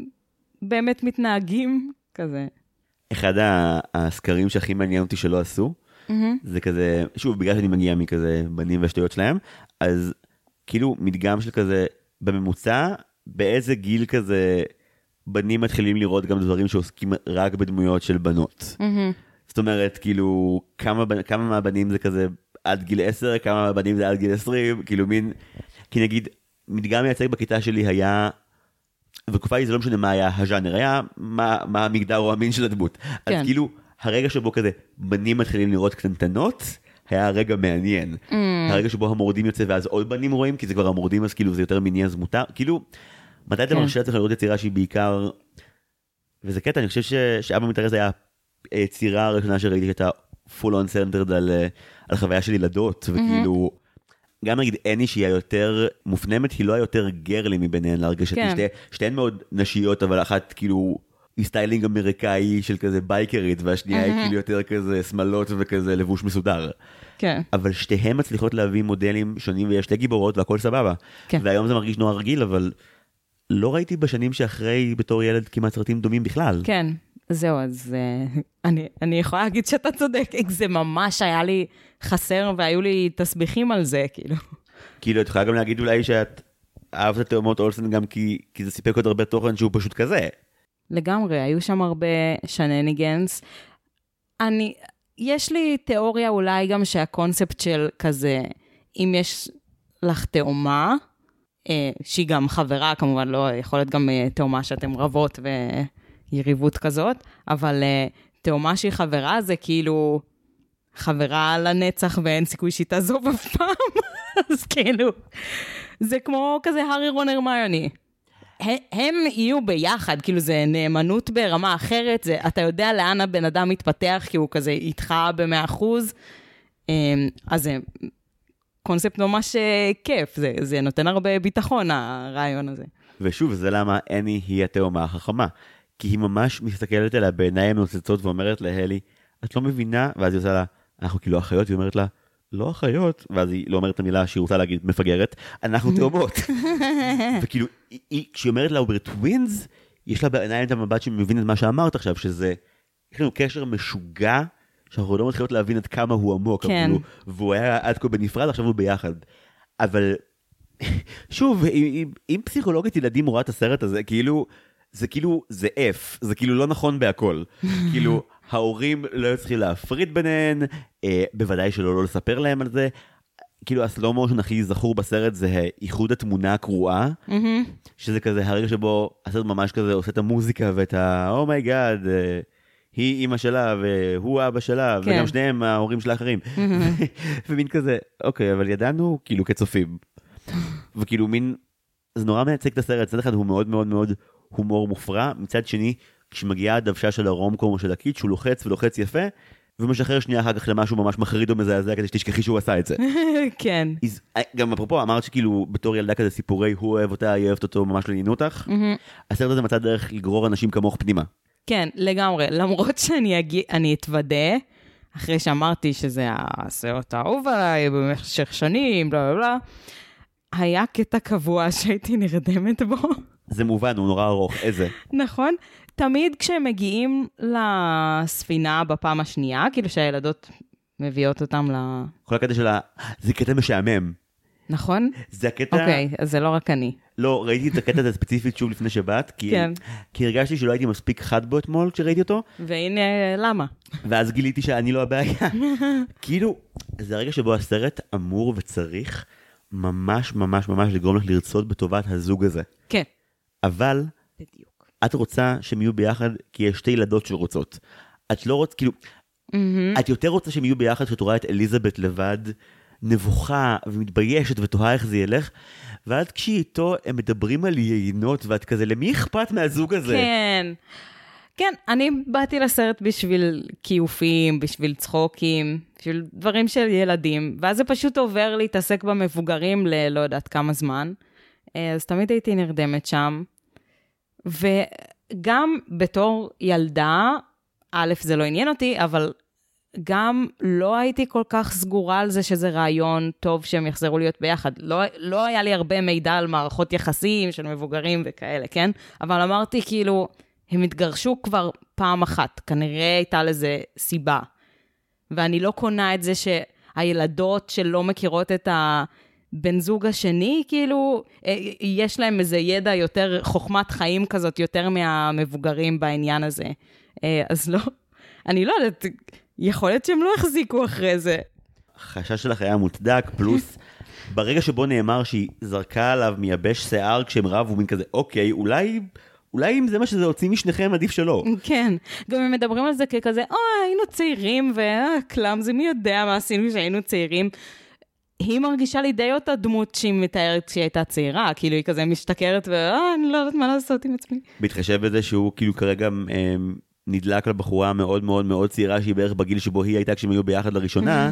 באמת מתנהגים כזה. אחד הסקרים שהכי מעניין אותי שלא עשו, זה כזה, שוב, בגלל שאני מגיע מכזה בנים והשטויות שלהם, אז כאילו מדגם של כזה, בממוצע, באיזה גיל כזה, בנים מתחילים לראות גם דברים שעוסקים רק בדמויות של בנות. זאת אומרת, כאילו, כמה, כמה מהבנים זה כזה עד גיל עשר, כמה מהבנים זה עד גיל עשרים, כאילו מין, כי נגיד, מדגם מייצג בכיתה שלי היה, ובתקופה היא זה לא משנה מה היה הז'אנר, היה מה, מה המגדר או המין של הדמות. כן. אז כאילו, הרגע שבו כזה בנים מתחילים לראות קטנטנות, היה הרגע מעניין. Mm. הרגע שבו המורדים יוצא ואז עוד בנים רואים, כי זה כבר המורדים, אז כאילו זה יותר מיני אז מותר. כאילו, מתי אתה מרשה צריך לראות יצירה שהיא בעיקר, וזה קטע, אני חושב שאבא מתארז היה יצירה הראשונה שראיתי את ה-full on centered על, על חוויה של ילדות, וכאילו, גם נגיד אני שהיא היותר מופנמת, היא לא היותר גרלי מביניהן להרגשתי, כן. שתי, שתיהן מאוד נשיות, אבל אחת כאילו היא סטיילינג אמריקאי של כזה בייקרית, והשנייה mm-hmm. היא כאילו יותר כזה שמלות וכזה לבוש מסודר. כן. אבל שתיהן מצליחות להביא מודלים שונים, ויש שתי גיבורות והכל סבבה. כן. והיום זה מרגיש נורא רגיל, אבל לא ראיתי בשנים שאחרי בתור ילד כמעט סרטים דומים בכלל. כן. זהו, אז uh, אני, אני יכולה להגיד שאתה צודק, זה ממש היה לי חסר, והיו לי תסביכים על זה, כאילו. כאילו, את יכולה גם להגיד אולי שאת אהבת את תאומות אולסן גם כי, כי זה סיפק עוד הרבה תוכן שהוא פשוט כזה. לגמרי, היו שם הרבה שנניגנס. אני, יש לי תיאוריה אולי גם שהקונספט של כזה, אם יש לך תאומה, אה, שהיא גם חברה, כמובן לא, יכול להיות גם אה, תאומה שאתם רבות ו... יריבות כזאת, אבל uh, תאומה שהיא חברה זה כאילו חברה לנצח ואין סיכוי שהיא תעזוב אף פעם. אז כאילו, זה כמו כזה הארי רון הרמיוני. הם יהיו ביחד, כאילו זה נאמנות ברמה אחרת, זה, אתה יודע לאן הבן אדם מתפתח, כי הוא כזה איתך במאה אחוז, אז זה קונספט ממש כיף, זה, זה נותן הרבה ביטחון הרעיון הזה. ושוב, זה למה אני היא התאומה החכמה. כי היא ממש מסתכלת עליה בעיניים נוצצות ואומרת להלי, את לא מבינה? ואז היא עושה לה, אנחנו כאילו אחיות, והיא אומרת לה, לא אחיות, ואז היא לא אומרת את המילה שהיא רוצה להגיד, מפגרת, אנחנו תאומות. וכאילו, כשהיא אומרת לה, we're twins, יש לה בעיניים את המבט שמבין את מה שאמרת עכשיו, שזה, יש לנו קשר משוגע, שאנחנו לא מתחילות להבין את כמה הוא עמוק, כן. כאילו, והוא היה עד כה בנפרד, עכשיו הוא ביחד. אבל, שוב, אם פסיכולוגית ילדים רואה את הסרט הזה, כאילו, זה כאילו, זה F, זה כאילו לא נכון בהכל. כאילו, ההורים לא צריכים להפריד ביניהן, אה, בוודאי שלא לא לספר להם על זה. כאילו, הסלו מושן הכי זכור בסרט זה איחוד התמונה הקרועה, mm-hmm. שזה כזה הרגע שבו הסרט ממש כזה עושה את המוזיקה ואת ה, Oh my God, אה, היא אמא שלה והוא האבא שלה, כן. וגם שניהם ההורים של האחרים. Mm-hmm. ומין כזה, אוקיי, אבל ידענו כאילו כצופים. וכאילו מין, זה נורא מייצג את הסרט, צד אחד הוא מאוד מאוד מאוד הומור מופרע, מצד שני, כשמגיעה הדבשה של הרומקום או של הקיץ', הוא לוחץ ולוחץ יפה, ומשחרר שנייה אחר כך למשהו ממש מחריד או מזעזע, כדי שתשכחי שהוא עשה את זה. כן. גם אפרופו, אמרת שכאילו, בתור ילדה כזה סיפורי, הוא אוהב אותה, היא אוהבת אותו, ממש לא עניין אותך. הסרט הזה מצא דרך לגרור אנשים כמוך פנימה. כן, לגמרי. למרות שאני אתוודה, אחרי שאמרתי שזה הסרט האהוב עליי במשך שנים, בלה בלה, היה קטע קבוע שהייתי נרדמת בו. זה מובן, הוא נורא ארוך, איזה? נכון. תמיד כשהם מגיעים לספינה בפעם השנייה, כאילו שהילדות מביאות אותם ל... כל הקטע שלה, זה קטע משעמם. נכון? זה הקטע... אוקיי, אז זה לא רק אני. לא, ראיתי את הקטע הזה ספציפית שוב לפני שבאת, כי, כן. כי הרגשתי שלא הייתי מספיק חד בו אתמול כשראיתי אותו. והנה, למה? ואז גיליתי שאני לא הבעיה. כאילו, זה הרגע שבו הסרט אמור וצריך ממש ממש ממש לגרום לך לרצות בטובת הזוג הזה. כן. אבל, בדיוק. את רוצה שהם יהיו ביחד, כי יש שתי ילדות שרוצות. את לא רוצה, כאילו, mm-hmm. את יותר רוצה שהם יהיו ביחד, שאת רואה את אליזבת לבד, נבוכה ומתביישת ותוהה איך זה ילך, ואז כשהיא איתו, הם מדברים על יינות, ואת כזה, למי אכפת מהזוג הזה? כן. כן, אני באתי לסרט בשביל קיופים, בשביל צחוקים, בשביל דברים של ילדים, ואז זה פשוט עובר להתעסק במבוגרים ללא יודעת כמה זמן, אז תמיד הייתי נרדמת שם, וגם בתור ילדה, א', זה לא עניין אותי, אבל גם לא הייתי כל כך סגורה על זה שזה רעיון טוב שהם יחזרו להיות ביחד. לא, לא היה לי הרבה מידע על מערכות יחסים של מבוגרים וכאלה, כן? אבל אמרתי כאילו, הם התגרשו כבר פעם אחת, כנראה הייתה לזה סיבה. ואני לא קונה את זה שהילדות שלא מכירות את הבן זוג השני, כאילו, יש להם איזה ידע יותר, חוכמת חיים כזאת, יותר מהמבוגרים בעניין הזה. אז לא, אני לא יודעת, יכול להיות שהם לא החזיקו אחרי זה. החשש שלך היה מוצדק, פלוס, ברגע שבו נאמר שהיא זרקה עליו מייבש שיער כשהם רבו, מין כזה, אוקיי, אולי... אולי אם זה מה שזה הוציא משניכם, עדיף שלא. כן, גם הם מדברים על זה ככזה, אוי, היינו צעירים, וכלם, זה מי יודע מה עשינו כשהיינו צעירים. היא מרגישה לי די אותה דמות שהיא מתארת כשהיא הייתה צעירה, כאילו היא כזה משתכרת, ואני לא יודעת מה לעשות עם עצמי. בהתחשב בזה שהוא כאילו כרגע אה, נדלק לבחורה מאוד מאוד מאוד צעירה, שהיא בערך בגיל שבו היא הייתה כשהם היו ביחד לראשונה,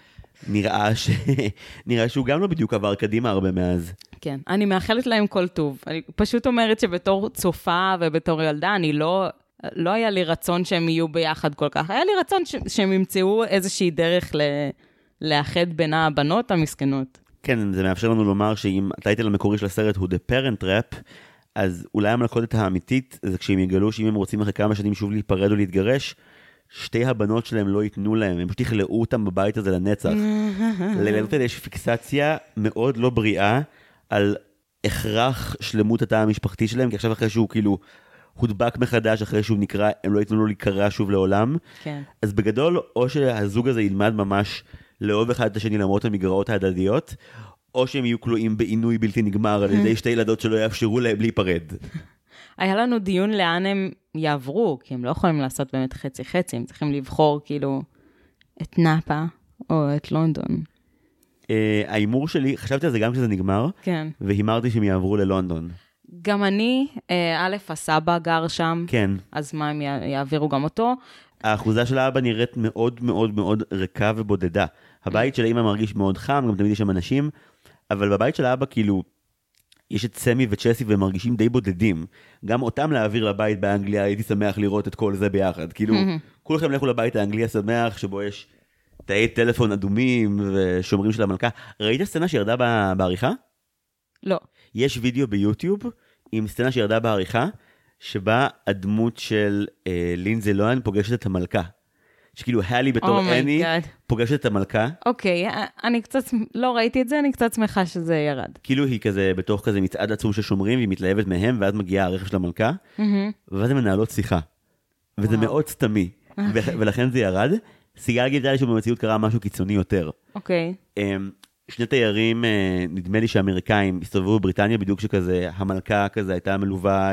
נראה, ש... נראה שהוא גם לא בדיוק עבר קדימה הרבה מאז. כן, אני מאחלת להם כל טוב. אני פשוט אומרת שבתור צופה ובתור ילדה, אני לא, לא היה לי רצון שהם יהיו ביחד כל כך. היה לי רצון ש... שהם ימצאו איזושהי דרך ל... לאחד בין הבנות המסכנות. כן, זה מאפשר לנו לומר שאם הטייטל המקורי של הסרט הוא The Parent Trap, אז אולי המלכודת האמיתית, זה כשהם יגלו שאם הם רוצים אחרי כמה שנים שוב להיפרד או להתגרש, שתי הבנות שלהם לא ייתנו להם, הם פשוט יכלאו אותם בבית הזה לנצח. לילדות האלה יש פיקסציה מאוד לא בריאה על הכרח שלמות התא המשפחתי שלהם, כי עכשיו אחרי שהוא כאילו הודבק מחדש, אחרי שהוא נקרא, הם לא ייתנו לו להיקרא שוב לעולם. כן. אז בגדול, או שהזוג הזה ילמד ממש לאהוב אחד את השני למרות המגרעות ההדדיות, או שהם יהיו כלואים בעינוי בלתי נגמר על ידי שתי ילדות שלא יאפשרו להם להיפרד. היה לנו דיון לאן הם יעברו, כי הם לא יכולים לעשות באמת חצי-חצי, הם צריכים לבחור כאילו את נאפה או את לונדון. האימור שלי, חשבתי על זה גם כשזה נגמר, כן. והימרתי שהם יעברו ללונדון. גם אני, א', הסבא גר שם, כן. אז מה, הם יעבירו גם אותו? האחוזה של האבא נראית מאוד מאוד מאוד ריקה ובודדה. הבית של האמא מרגיש מאוד חם, גם תמיד יש שם אנשים, אבל בבית של האבא כאילו, יש את סמי וצ'סי והם מרגישים די בודדים. גם אותם להעביר לבית באנגליה, הייתי שמח לראות את כל זה ביחד. כאילו, כולכם לכו לבית האנגלי השמח, שבו יש תאי טלפון אדומים ושומרים של המלכה. ראית סצנה שירדה בעריכה? לא. יש וידאו ביוטיוב עם סצנה שירדה בעריכה, שבה הדמות של אה, לינזי לוהן פוגשת את המלכה. שכאילו הלי בתור oh אני פוגשת את המלכה. אוקיי, okay, אני קצת, לא ראיתי את זה, אני קצת שמחה שזה ירד. כאילו היא כזה, בתוך כזה מצעד עצום ששומרים, והיא מתלהבת מהם, ואז מגיעה הרכב של המלכה, mm-hmm. ואז הן מנהלות שיחה. וזה wow. מאוד סתמי, okay. ו- ולכן זה ירד. סיגל גידלה לי שבמציאות קרה משהו קיצוני יותר. אוקיי. Okay. שני תיירים, נדמה לי שאמריקאים, הסתובבו בבריטניה, בדיוק שכזה, המלכה כזה הייתה מלווה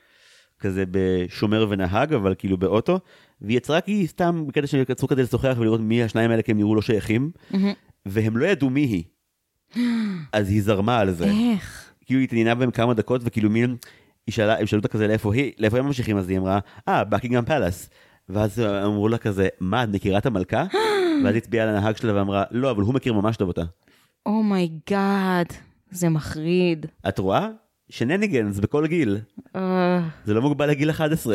כזה בשומר ונהג, אבל כאילו באוטו, והיא יצרה כי סתם בקטע שיצרו כדי לשוחח ולראות מי השניים האלה, כי הם נראו לא שייכים, והם לא ידעו מי היא. אז היא זרמה על זה. איך? כאילו היא התעניינה בהם כמה דקות, וכאילו מי, הם שאלו אותה כזה לאיפה היא, לאיפה הם ממשיכים, אז היא אמרה, אה, בקינגהאם פלאס. ואז אמרו לה כזה, מה, את מכירה את המלכה? ואז היא הצביעה על הנהג שלה ואמרה, לא, אבל הוא מכיר ממש טוב אותה. אומייגאד, זה מחריד. את רואה? שנניגנס בכל גיל. זה לא מוגבל לגיל אחת עשרה.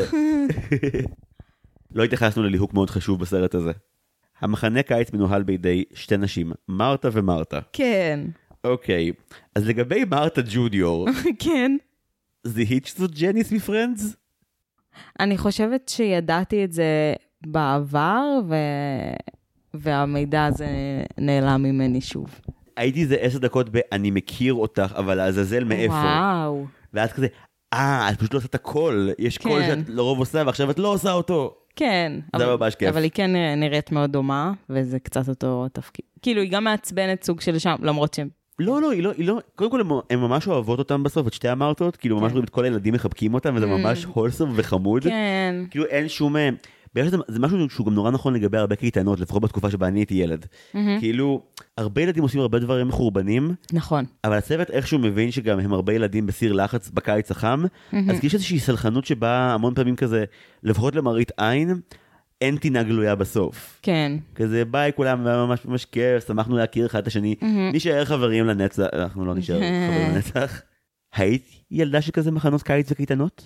לא התייחסנו לליהוק מאוד חשוב בסרט הזה. המחנה קיץ מנוהל בידי שתי נשים, מרתה ומרתה. כן. אוקיי, אז לגבי מרתה ג'וניור. כן. זיהית שזאת ג'ניס מפרנדס? אני חושבת שידעתי את זה בעבר, ו... והמידע הזה נעלם ממני שוב. הייתי איזה עשר דקות ב, אני מכיר אותך, אבל לעזאזל מאיפה. וואו. ואז כזה, אה, את פשוט לא עושה את הכל, יש כן. קול שאת לרוב עושה, ועכשיו את לא עושה אותו. כן. זה אבל, ממש כיף. אבל היא כן נראית מאוד דומה, וזה קצת אותו תפקיד. כאילו, היא גם מעצבנת סוג של שם, למרות שהם... לא, לא, היא לא, היא לא, קודם כל הם ממש אוהבות אותם בסוף, את שתי המרתות, כאילו ממש רואים את כל הילדים מחבקים אותם, וזה ממש הולסום וחמוד. כן. כאילו אין שום... זה משהו שהוא גם נורא נכון לגבי הרבה קייטנות, לפחות בתקופה שבה אני הייתי ילד. כאילו, הרבה ילדים עושים הרבה דברים מחורבנים. נכון. אבל הצוות איכשהו מבין שגם הם הרבה ילדים בסיר לחץ בקיץ החם, אז יש איזושהי סלחנות שבה המון פעמים כזה, לפחות למראית עין, אין טינה גלויה בסוף. כן. כזה ביי כולם, ממש ממש כיף, שמחנו להכיר אחד את השני, נשאר חברים לנצח, אנחנו לא נשאר חברים לנצח. היית ילדה שכזה מחנות קיץ וקייטנות?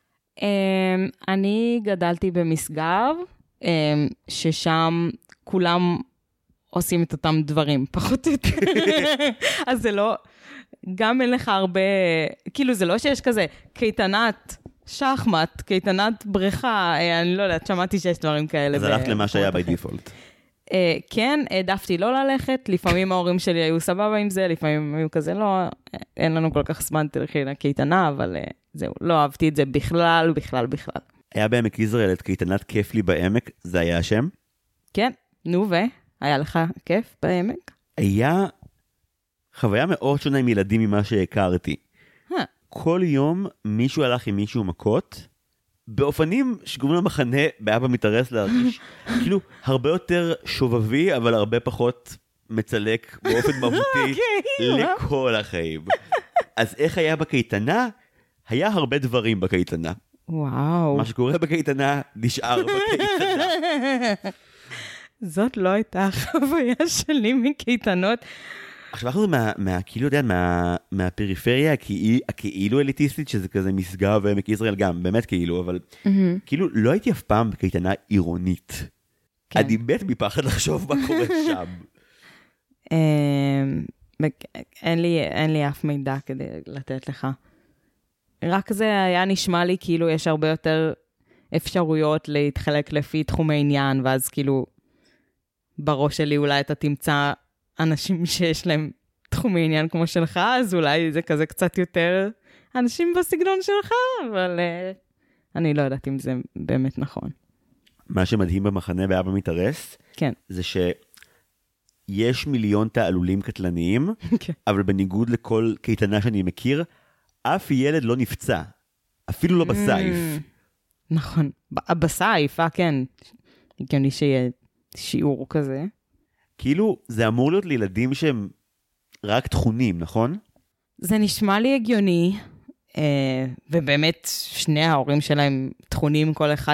אני גדלתי במסגב, ששם כולם עושים את אותם דברים, פחות או יותר. אז זה לא, גם אין לך הרבה, כאילו זה לא שיש כזה קייטנת שחמט, קייטנת בריכה, אני לא יודעת, שמעתי שיש דברים כאלה. אז הלכת למה שהיה בי דיפולט. כן, העדפתי לא ללכת, לפעמים ההורים שלי היו סבבה עם זה, לפעמים היו כזה לא, אין לנו כל כך זמן תלכי לקייטנה, אבל זהו, לא אהבתי את זה בכלל, בכלל, בכלל. היה בעמק יזרעאל את קייטנת כיף לי בעמק, זה היה השם? כן, נו ו? היה לך כיף בעמק? היה חוויה מאוד שונה עם ילדים ממה שהכרתי. כל יום מישהו הלך עם מישהו מכות, באופנים שגורמים למחנה באבא מתארס להרגיש, כאילו הרבה יותר שובבי, אבל הרבה פחות מצלק באופן מהותי לכל החיים. אז איך היה בקייטנה? היה הרבה דברים בקייטנה. וואו. מה שקורה בקייטנה נשאר בקייטנה. זאת לא הייתה החוויה שלי מקייטנות. עכשיו אנחנו מה, מה, כאילו יודע, מה, מהפריפריה הכאילו אליטיסטית, שזה כזה משגב ועמק יזרעאל גם, באמת כאילו, אבל כאילו לא הייתי אף פעם בקייטנה עירונית. אני מת מפחד לחשוב מה קורה שם. אין לי, אין לי אף מידע כדי לתת לך. רק זה היה נשמע לי כאילו יש הרבה יותר אפשרויות להתחלק לפי תחומי עניין, ואז כאילו בראש שלי אולי אתה תמצא אנשים שיש להם תחומי עניין כמו שלך, אז אולי זה כזה קצת יותר אנשים בסגנון שלך, אבל uh, אני לא יודעת אם זה באמת נכון. מה שמדהים במחנה באבא מתארס, כן. זה שיש מיליון תעלולים קטלניים, כן. אבל בניגוד לכל קייטנה שאני מכיר, אף ילד לא נפצע, אפילו לא בסייף. נכון, בסייף, אה כן, הגיוני שיהיה שיעור כזה. כאילו, זה אמור להיות לילדים שהם רק תכונים, נכון? זה נשמע לי הגיוני, ובאמת שני ההורים שלהם תכונים כל אחד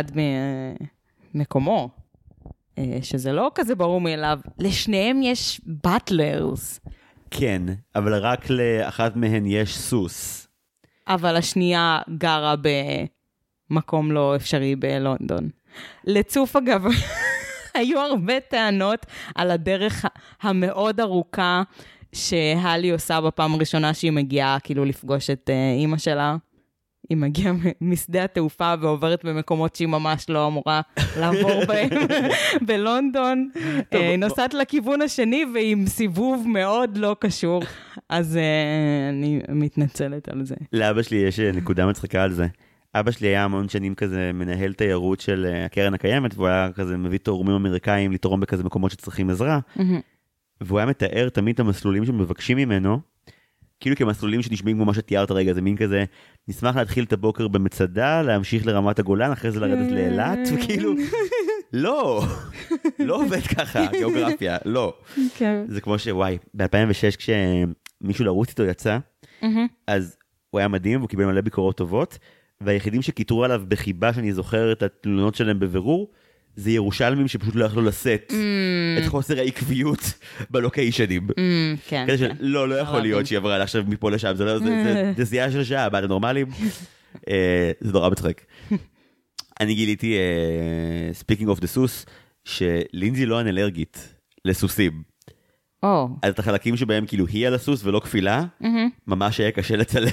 ממקומו, שזה לא כזה ברור מאליו. לשניהם יש באטלרס. כן, אבל רק לאחת מהן יש סוס. אבל השנייה גרה במקום לא אפשרי בלונדון. לצוף אגב, היו הרבה טענות על הדרך המאוד ארוכה שהלי עושה בפעם הראשונה שהיא מגיעה כאילו לפגוש את uh, אימא שלה. היא מגיעה משדה התעופה ועוברת במקומות שהיא ממש לא אמורה לעבור בהם בלונדון. היא נוסעת לכיוון השני ועם סיבוב מאוד לא קשור. אז uh, אני מתנצלת על זה. לאבא שלי יש נקודה מצחיקה על זה. אבא שלי היה המון שנים כזה מנהל תיירות של הקרן הקיימת, והוא היה כזה מביא תורמים אמריקאים לתרום בכזה מקומות שצריכים עזרה. והוא היה מתאר תמיד את המסלולים שמבקשים ממנו, כאילו כמסלולים שנשמעים כמו מה שתיארת רגע, זה מין כזה, נשמח להתחיל את הבוקר במצדה, להמשיך לרמת הגולן, אחרי זה לרדת לאילת, וכאילו, לא, לא עובד ככה, גיאוגרפיה, לא. זה כמו שוואי, ב-אלפיים ושש כשמישהו לרוץ איתו יצא, אז הוא היה מדהים, והוא קיבל מלא ביקורות טובות, והיחידים שכיתרו עליו בחיבה שאני זוכר את התלונות שלהם בבירור, זה ירושלמים שפשוט לא יכלו לשאת את חוסר העקביות בלוקיישנים. כן. לא, לא יכול להיות שהיא עברה עכשיו מפה לשם, זה זיעה של שעה, בעד הנורמלים. זה נורא מצחק. אני גיליתי, speaking of the סוס, שלינזי לא אנלרגית לסוסים. אז את החלקים שבהם כאילו היא על הסוס ולא כפילה, ממש היה קשה לצלם.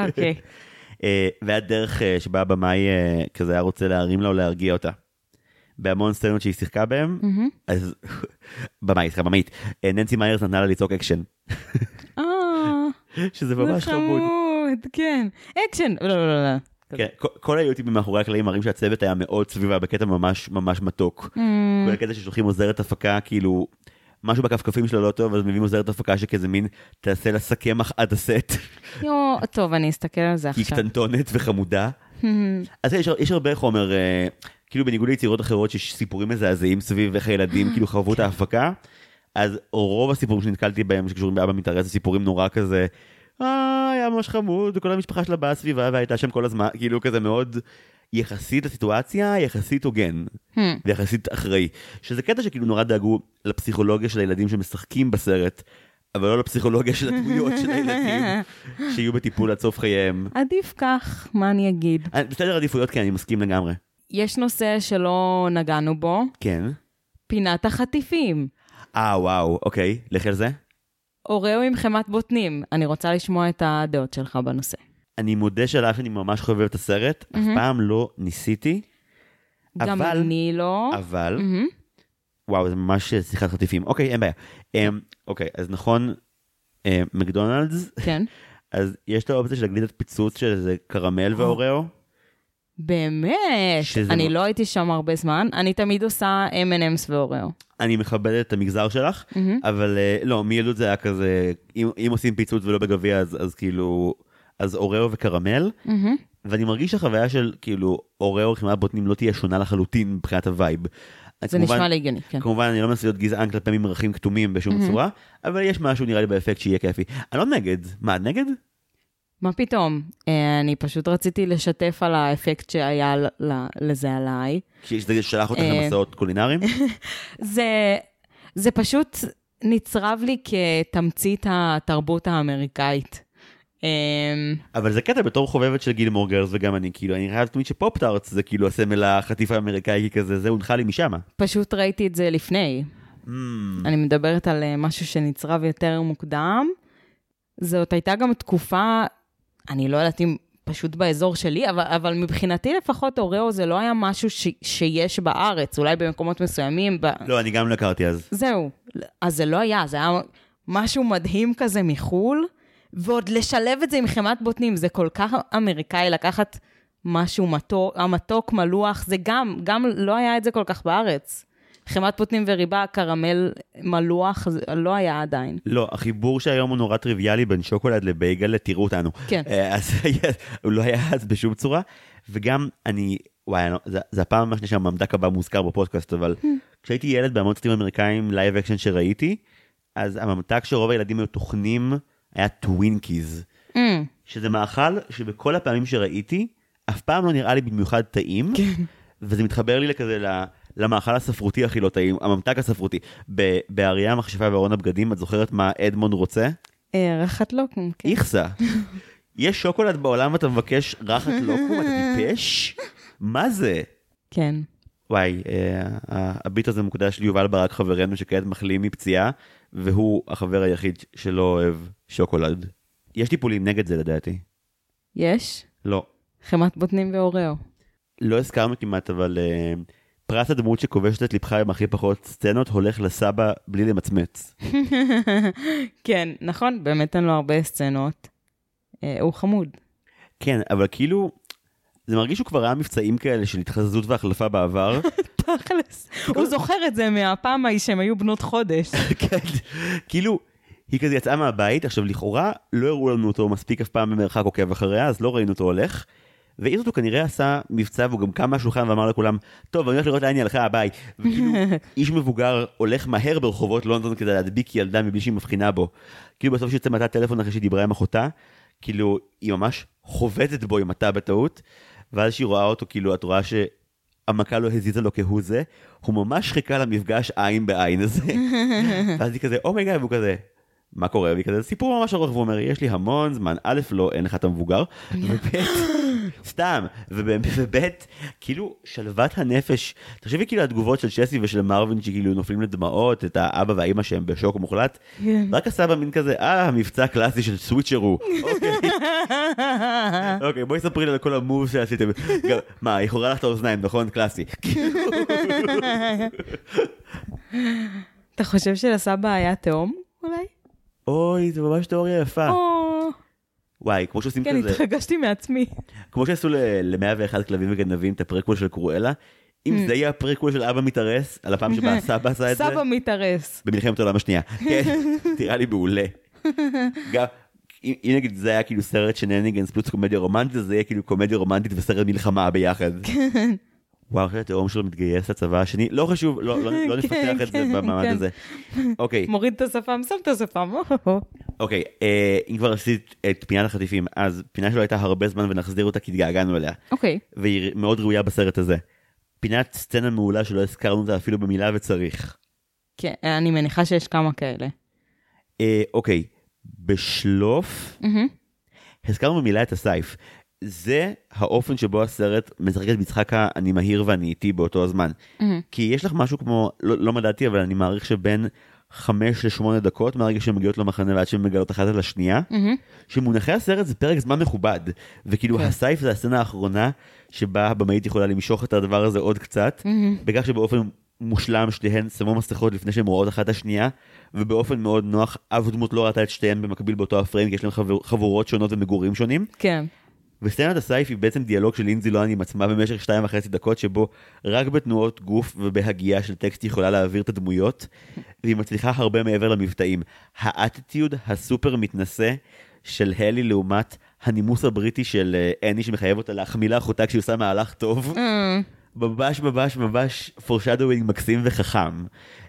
אוקיי. והיה דרך שבה הבמאי כזה היה רוצה להרים לה או להרגיע אותה. בהמון סצנות שהיא שיחקה בהם, אז במאית, סליחה, במאית, ננסי מיירס נתנה לה לצעוק אקשן. שזה ממש חמוד. כן, אקשן. לא, לא, לא. כן, כל היוטיובים מאחורי הקלעים מראים שהצוות היה מאוד סביבה בקטע ממש ממש מתוק. כל הקטע ששולחים עוזרת הפקה, כאילו, משהו בכפכפים שלו לא טוב, אז מביאים עוזרת הפקה שכזה מין, תעשה לה סכמח עד הסט. יו, טוב, אני אסתכל על זה עכשיו. היא קטנטונת וחמודה. אז יש, יש הרבה חומר, כאילו בניגוד ליצירות אחרות, שיש סיפורים מזעזעים סביב איך הילדים כאילו חוו את ההפקה, אז רוב הסיפורים שנתקלתי בהם, שקשורים באבא מתארץ, סיפורים נורא כזה, אה, היה ממש חמוד, וכל המשפחה שלה באה סביבה, והייתה שם כל הזמן, כאילו כזה מאוד יחסית לסיטואציה, יחסית הוגן, ויחסית אחראי. שזה קטע שכאילו נורא דאגו לפסיכולוגיה של הילדים שמשחקים בסרט, אבל לא לפסיכולוגיה של הדמויות של הילדים, שיהיו בטיפול עד סוף חייהם. עדיף כך, מה אני אגיד? בסדר עדיפויות, כן, אני מסכים לגמרי. יש נושא שלא נגענו בו. כן. פינת החטיפים. אה, וואו, אוקיי, לכי על זה. אוראו עם חמת בוטנים. אני רוצה לשמוע את הדעות שלך בנושא. אני מודה שלאף שאני ממש חובב את הסרט, אף פעם לא ניסיתי. גם אני לא. אבל, וואו, זה ממש שיחת חטיפים. אוקיי, אין בעיה. אוקיי, אז נכון, מקדונלדס, כן. אז יש את האופציה של הגלידת פיצוץ של איזה קרמל ואוראו. באמת? אני לא הייתי שם הרבה זמן. אני תמיד עושה אם אנד אמס ואוראו. אני מכבד את המגזר שלך, אבל לא, מילדות זה היה כזה, אם עושים פיצוץ ולא בגביע, אז כאילו, אז אוראו וקרמל, ואני מרגיש שהחוויה של כאילו אוראו חמת בוטנים לא תהיה שונה לחלוטין מבחינת הווייב. זה נשמע לי הגיוני, כן. כמובן, אני לא מנסה להיות גזען כלפי ממרחים כתומים בשום צורה, אבל יש משהו נראה לי באפקט שיהיה כיפי. אני לא נגד. מה, את נגד? מה פתאום? אני פשוט רציתי לשתף על האפקט שהיה לזה עליי. שזה שלח אותך למסעות קולינריים? זה, זה פשוט נצרב לי כתמצית התרבות האמריקאית. אבל זה קטע בתור חובבת של גילמור גרלס, וגם אני כאילו, אני חייב תמיד שפופ-טארטס זה כאילו הסמל החטיף האמריקאי כזה, זה הונחה לי משם. פשוט ראיתי את זה לפני. אני מדברת על משהו שנצרב יותר מוקדם. זאת הייתה גם תקופה, אני לא יודעת אם פשוט באזור שלי, אבל, אבל מבחינתי לפחות אוראו זה לא היה משהו ש, שיש בארץ, אולי במקומות מסוימים. ב... לא, אני גם לא הכרתי אז. זהו, אז זה לא היה, זה היה משהו מדהים כזה מחול, ועוד לשלב את זה עם חמת בוטנים, זה כל כך אמריקאי לקחת משהו מתוק, המתוק מלוח, זה גם, גם לא היה את זה כל כך בארץ. חמת בוטנים וריבה, קרמל מלוח, לא היה עדיין. לא, החיבור שהיום הוא נורא טריוויאלי בין שוקולד לבייגל, תראו אותנו. כן. אז הוא לא היה אז בשום צורה, וגם אני, וואי, זה הפעם ממש נשאר ממדק הבא מוזכר בפודקאסט, אבל כשהייתי ילד בהמון סרטים אמריקאים, לייב אקשן שראיתי, אז הממתק שרוב הילדים היו תוכנים, היה טווינקיז. שזה מאכל שבכל הפעמים שראיתי, אף פעם לא נראה לי במיוחד טעים, וזה מתחבר לי לכזה ל... למאכל הספרותי הכי לא טעים, הממתק הספרותי. באריה המכשפה וארון הבגדים, את זוכרת מה אדמונד רוצה? רחת לוקום, כן. איכסה. יש שוקולד בעולם ואתה מבקש רחת לוקום, אתה טיפש? מה זה? כן. וואי, הביט הזה מוקדש ליובל ברק חברנו שכעת מחלים מפציעה, והוא החבר היחיד שלא אוהב שוקולד. יש טיפולים נגד זה לדעתי. יש? לא. חמת בוטנים ואוראו. לא הזכרנו כמעט, אבל... פרס הדמות שכובשת את לבך עם הכי פחות סצנות, הולך לסבא בלי למצמץ. כן, נכון, באמת אין לו הרבה סצנות. אה, הוא חמוד. כן, אבל כאילו, זה מרגיש שהוא כבר היה מבצעים כאלה של התחזזות והחלפה בעבר. תכלס, הוא זוכר את זה מהפעם ההיא שהם היו בנות חודש. כן, כאילו, היא כזה יצאה מהבית, עכשיו לכאורה לא הראו לנו אותו מספיק אף פעם במרחק עוקב אחריה, אז לא ראינו אותו הולך. ואיז אותו כנראה עשה מבצע, והוא גם קם מהשולחן ואמר לכולם, טוב, אני הולך לראות לאן היא הלכה, ביי. וכאילו, איש מבוגר הולך מהר ברחובות לונדון כדי להדביק ילדה מבלי שהיא מבחינה בו. כאילו בסוף שיוצא מתה טלפון אחרי שהיא דיברה עם אחותה, כאילו היא ממש חובטת בו עם מתה בטעות, ואז שהיא רואה אותו, כאילו את רואה שהמכה לא הזיזה לו כהוא זה, הוא ממש חיכה למפגש עין בעין הזה. ואז היא כזה, אומייגאי, והוא כזה, מה קורה? והיא כזה, סיפור ממש ארוך, והוא אומר, יש לי המון זמן, א' לא, אין לך את המבוגר, וב' סתם, ובאמת, כאילו, שלוות הנפש, תחשבי כאילו התגובות של צ'סי ושל מרווין, שכאילו נופלים לדמעות, את האבא והאמא שהם בשוק מוחלט, רק הסבא מין כזה, אה, המבצע הקלאסי של סוויצ'רו, אוקיי, אוקיי, בואי ספרי לי על כל המוב שעשיתם, מה, היא חורה לך את האוזניים, נכון? קלאסי. אתה חושב שלסבא היה תאום, אולי? אוי, זה ממש תיאוריה יפה. וואי, כמו שעושים כזה... כן, התרגשתי מעצמי. כמו שעשו ל-מאה ואחד כלבים וגנבים את הפרקוול של קרואלה, אם זה יהיה הפרקוול של אבא מתארס, על הפעם שבה הסבא עשה את זה... סבא מתארס. במלחמת העולם השנייה. כן, תראה לי מעולה. גם, אם נגיד זה היה כאילו סרט שנניגנס פלוס קומדיה רומנטית, זה יהיה כאילו קומדיה רומנטית וסרט מלחמה ביחד. כן. וואו, אחרי התאום שלו מתגייס לצבא השני, לא חשוב, לא נפתח את זה במעמד הזה. אוקיי. מוריד את השפם, שם את השפם. אוקיי, אם כבר עשית את פינת החטיפים, אז פינה שלו הייתה הרבה זמן ונחזיר אותה כי התגעגענו אליה. אוקיי. והיא מאוד ראויה בסרט הזה. פינת סצנה מעולה שלא הזכרנו אותה אפילו במילה וצריך. כן, אני מניחה שיש כמה כאלה. אוקיי, בשלוף, הזכרנו במילה את הסייף. זה האופן שבו הסרט משחק את משחק אני מהיר ואני איתי באותו הזמן. Mm-hmm. כי יש לך משהו כמו, לא, לא מדעתי, אבל אני מעריך שבין חמש לשמונה דקות, מהרגע שהן מגיעות למחנה ועד שהן מגלות אחת על השנייה, mm-hmm. שמונחי הסרט זה פרק זמן מכובד. וכאילו okay. הסייף זה הסצנה האחרונה, שבה הבמאית יכולה למשוך את הדבר הזה עוד קצת, mm-hmm. בכך שבאופן מושלם שתיהן שמו מסכות לפני שהן רואות אחת השנייה, ובאופן מאוד נוח, אף דמות לא ראתה את שתיהן במקביל באותו הפריים, כי יש להם חבור, חבורות שונות ומגורים שונים. כן. Okay. וסצנת הסייף היא בעצם דיאלוג של לינזי לוהן עם עצמה במשך שתיים וחצי דקות, שבו רק בתנועות גוף ובהגיעה של טקסט יכולה להעביר את הדמויות, והיא מצליחה הרבה מעבר למבטאים. האטיטיוד הסופר מתנשא של הלי לעומת הנימוס הבריטי של אני שמחייב אותה להחמיא לאחותה כשהיא עושה מהלך טוב, ממש ממש ממש foreshadowing מקסים וחכם.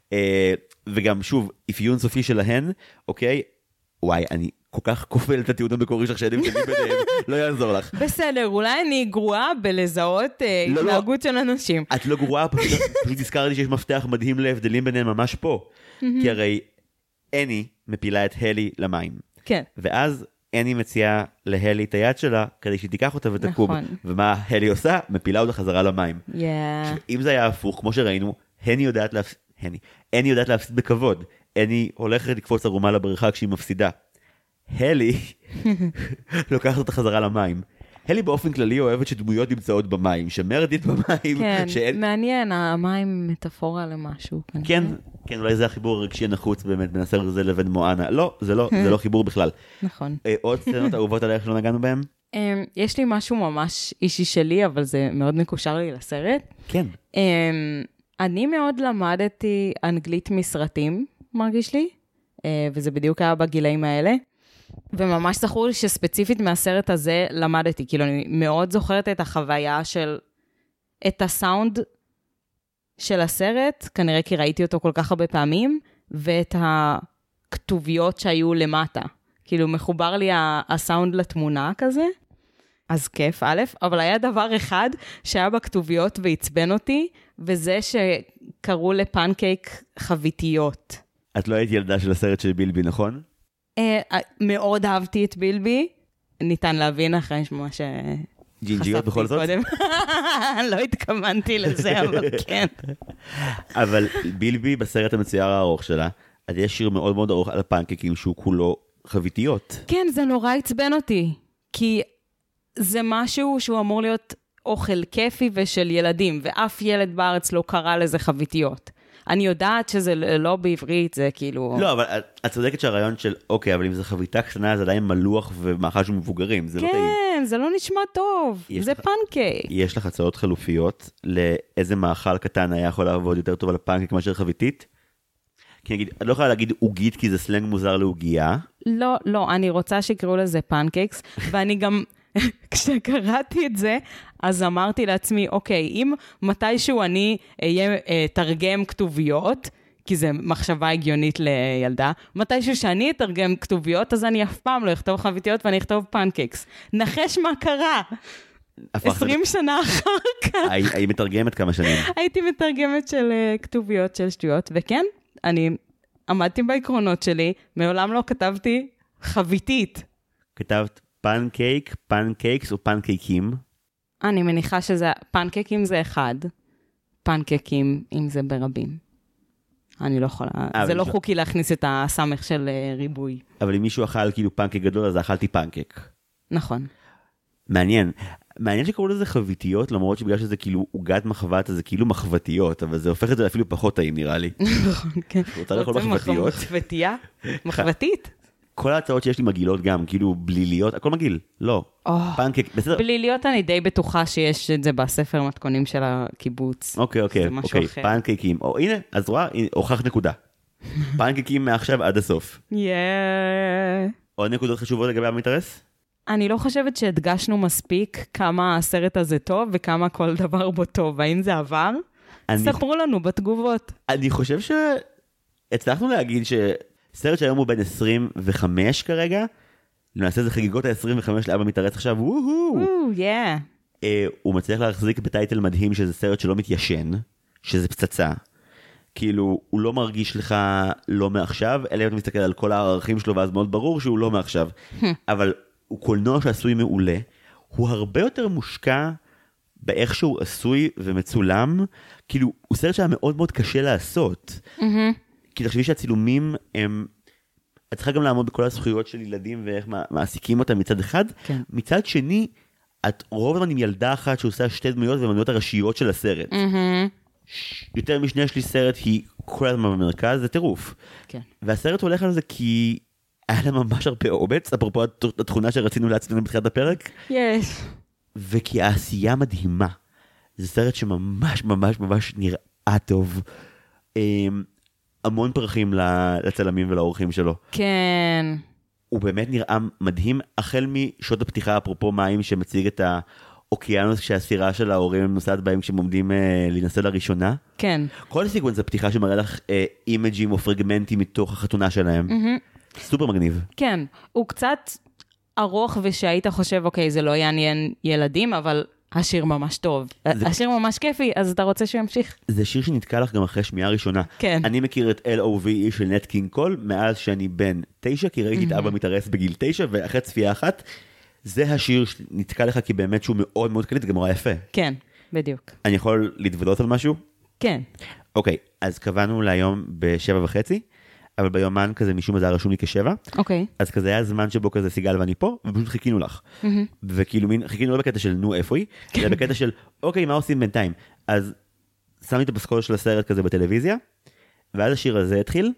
וגם שוב, אפיון סופי שלהן, אוקיי, וואי, אני... כל כך כופל את הטיעון המקורי שלך שאין מתקנים ביניהם, לא יעזור לך. בסדר, אולי אני גרועה בלזהות התנהגות של אנשים. את לא גרועה, פשוט הזכרתי שיש מפתח מדהים להבדלים ביניהם ממש פה. כי הרי אני מפילה את הלי למים. כן. ואז אני מציעה להלי את היד שלה, כדי שהיא תיקח אותה ותקום. ומה הלי עושה? מפילה אותה חזרה למים. אם זה היה הפוך, כמו שראינו, הני יודעת להפסיד, אני יודעת להפסיד בכבוד. אני הולכת לקפוץ ערומה לבריכה כשהיא מפסידה. הלי לוקחת אותה חזרה למים. הלי באופן כללי אוהבת שדמויות נמצאות במים, שמרדית במים. כן, שאין... מעניין, המים מטאפורה למשהו. כן, כן, אולי זה החיבור הרגשי הנחוץ באמת בין הסרט הזה לבין מואנה. לא, זה לא, זה לא חיבור בכלל. נכון. עוד סצנות אהובות עליך שלא נגענו בהם? יש לי משהו ממש אישי שלי, אבל זה מאוד מקושר לי לסרט. כן. אני מאוד למדתי אנגלית מסרטים, מרגיש לי, וזה בדיוק היה בגילאים האלה. וממש זכור לי שספציפית מהסרט הזה למדתי, כאילו אני מאוד זוכרת את החוויה של, את הסאונד של הסרט, כנראה כי ראיתי אותו כל כך הרבה פעמים, ואת הכתוביות שהיו למטה. כאילו מחובר לי הסאונד לתמונה כזה, אז כיף, א', אבל היה דבר אחד שהיה בכתוביות והצבן אותי, וזה שקראו לפנקייק חביתיות. את לא היית ילדה של הסרט של בילבי, נכון? מאוד אהבתי את בילבי, ניתן להבין אחרי שמה ש... ג'ינג'יות בכל זאת? לא התכוונתי לזה, אבל כן. אבל בילבי בסרט המצויר הארוך שלה, אז יש שיר מאוד מאוד ארוך על הפנקקים שהוא כולו חביתיות. כן, זה נורא הצבן אותי, כי זה משהו שהוא אמור להיות אוכל כיפי ושל ילדים, ואף ילד בארץ לא קרא לזה חביתיות. אני יודעת שזה לא בעברית, זה כאילו... לא, אבל את צודקת שהרעיון של, אוקיי, אבל אם זה חביתה קטנה, זה עדיין מלוח ומאכל של מבוגרים, זה לא טעים. כן, זה לא נשמע טוב, זה פנקייק. יש לך הצעות חלופיות לאיזה מאכל קטן היה יכול לעבוד יותר טוב על הפנקייק מאשר חביתית? כי נגיד, את לא יכולה להגיד עוגית, כי זה סלנג מוזר לעוגייה. לא, לא, אני רוצה שיקראו לזה פנקייקס, ואני גם... כשקראתי את זה, אז אמרתי לעצמי, אוקיי, אם מתישהו אני אהיה תרגם כתוביות, כי זה מחשבה הגיונית לילדה, מתישהו שאני אתרגם כתוביות, אז אני אף פעם לא אכתוב חביתיות ואני אכתוב פנקיקס. נחש מה קרה? עשרים שנה אחר כך. היית מתרגמת כמה שנים? הייתי מתרגמת של כתוביות של שטויות, וכן, אני עמדתי בעקרונות שלי, מעולם לא כתבתי חביתית. כתבת פנקייק, פנקייקס או פנקייקים? אני מניחה שזה, פנקקים זה אחד, פנקקים אם זה ברבים. אני לא יכולה, זה לא חוקי להכניס את הסמך של ריבוי. אבל אם מישהו אכל כאילו פנקק גדול, אז אכלתי פנקק. נכון. מעניין. מעניין שקראו לזה חביתיות, למרות שבגלל שזה כאילו עוגת מחבת, אז זה כאילו מחבתיות, אבל זה הופך את זה אפילו פחות טעים, נראה לי. נכון, כן. רוצה לאכול מחבתיות? מחבתייה? מחבתית? כל ההצעות שיש לי מגילות גם, כאילו בליליות, הכל מגיל. לא. פנקק, בסדר. בליליות אני די בטוחה שיש את זה בספר מתכונים של הקיבוץ. אוקיי, אוקיי, אוקיי. פנקקים. הנה, אז רואה, הוכח נקודה. פנקקים מעכשיו עד הסוף. יאה. עוד נקודות חשובות לגבי המתארס? אני לא חושבת שהדגשנו מספיק כמה הסרט הזה טוב וכמה כל דבר בו טוב. האם זה עבר? ספרו לנו בתגובות. אני חושב שהצלחנו להגיד שסרט שהיום הוא בין עשרים וחמש כרגע, למעשה זה חגיגות ה-עשרים וחמש לאבא מתארס עכשיו, וואו! יאה. הוא מצליח להחזיק בטייטל מדהים שזה סרט שלא מתיישן, שזה פצצה. כאילו, הוא לא מרגיש לך לא מעכשיו, אלא אתה מסתכל על כל הערכים שלו, ואז מאוד ברור שהוא לא מעכשיו. אבל הוא קולנוע שעשוי מעולה, הוא הרבה יותר מושקע באיך שהוא עשוי ומצולם, כאילו, הוא סרט שהיה מאוד מאוד קשה לעשות. כי תחשבי שהצילומים הם, את צריכה גם לעמוד בכל הזכויות של ילדים, ואיך מעסיקים אותם מצד אחד. מצד שני, את רוב הזמן עם ילדה אחת שעושה שתי דמויות, והדמויות הראשיות של הסרט. יותר משני שלי סרט היא כל הזמן במרכז, זה טירוף. והסרט הולך על זה כי היה לה ממש הרבה אומץ, אפרופו התכונה שרצינו להצליח בתחילת הפרק. יש. וכי העשייה מדהימה. זה סרט שממש ממש ממש נראה טוב. המון פרחים לצלמים ולאורחים שלו. כן. הוא באמת נראה מדהים, החל משעות הפתיחה, אפרופו מים, שמציג את האוקיינוס שהסירה של ההורים נוסעת בהם כשהם עומדים אה, להינשא לראשונה. כן. כל הסיקוונס הפתיחה שמראה לך אה, אימג'ים או פרגמנטים מתוך החתונה שלהם. Mm-hmm. סופר מגניב. כן, הוא קצת ארוך ושהיית חושב, אוקיי, זה לא יעניין ילדים, אבל השיר ממש טוב. זה... השיר ממש כיפי, אז אתה רוצה שימשיך? זה שיר שנתקע לך גם אחרי שמיעה ראשונה. כן. אני מכיר את אל או וי של נט קינג קול, מאז שאני בן תשע, כי ראיתי את אבא מתארס בגיל תשע, ואחרי צפייה אחת, זה השיר שנתקע לך, כי באמת שהוא מאוד מאוד קליט, גם נורא יפה. כן, בדיוק. אני יכול להתוודות על משהו? כן. אוקיי, אז קבענו להיום בשבע וחצי, אבל ביומן כזה משום זה היה רשום לי כשבע. אוקיי. אז כזה היה זמן שבו כזה סיגל ואני פה, ופשוט חיכינו לך. וכאילו מין, חיכינו לא בקטע של נו איפה היא, אלא בקטע של אוקיי, מה עושים בינתיים? אז שמתי את הפסקול של הסרט כזה בטלוויזיה, ואז השיר הזה התחיל,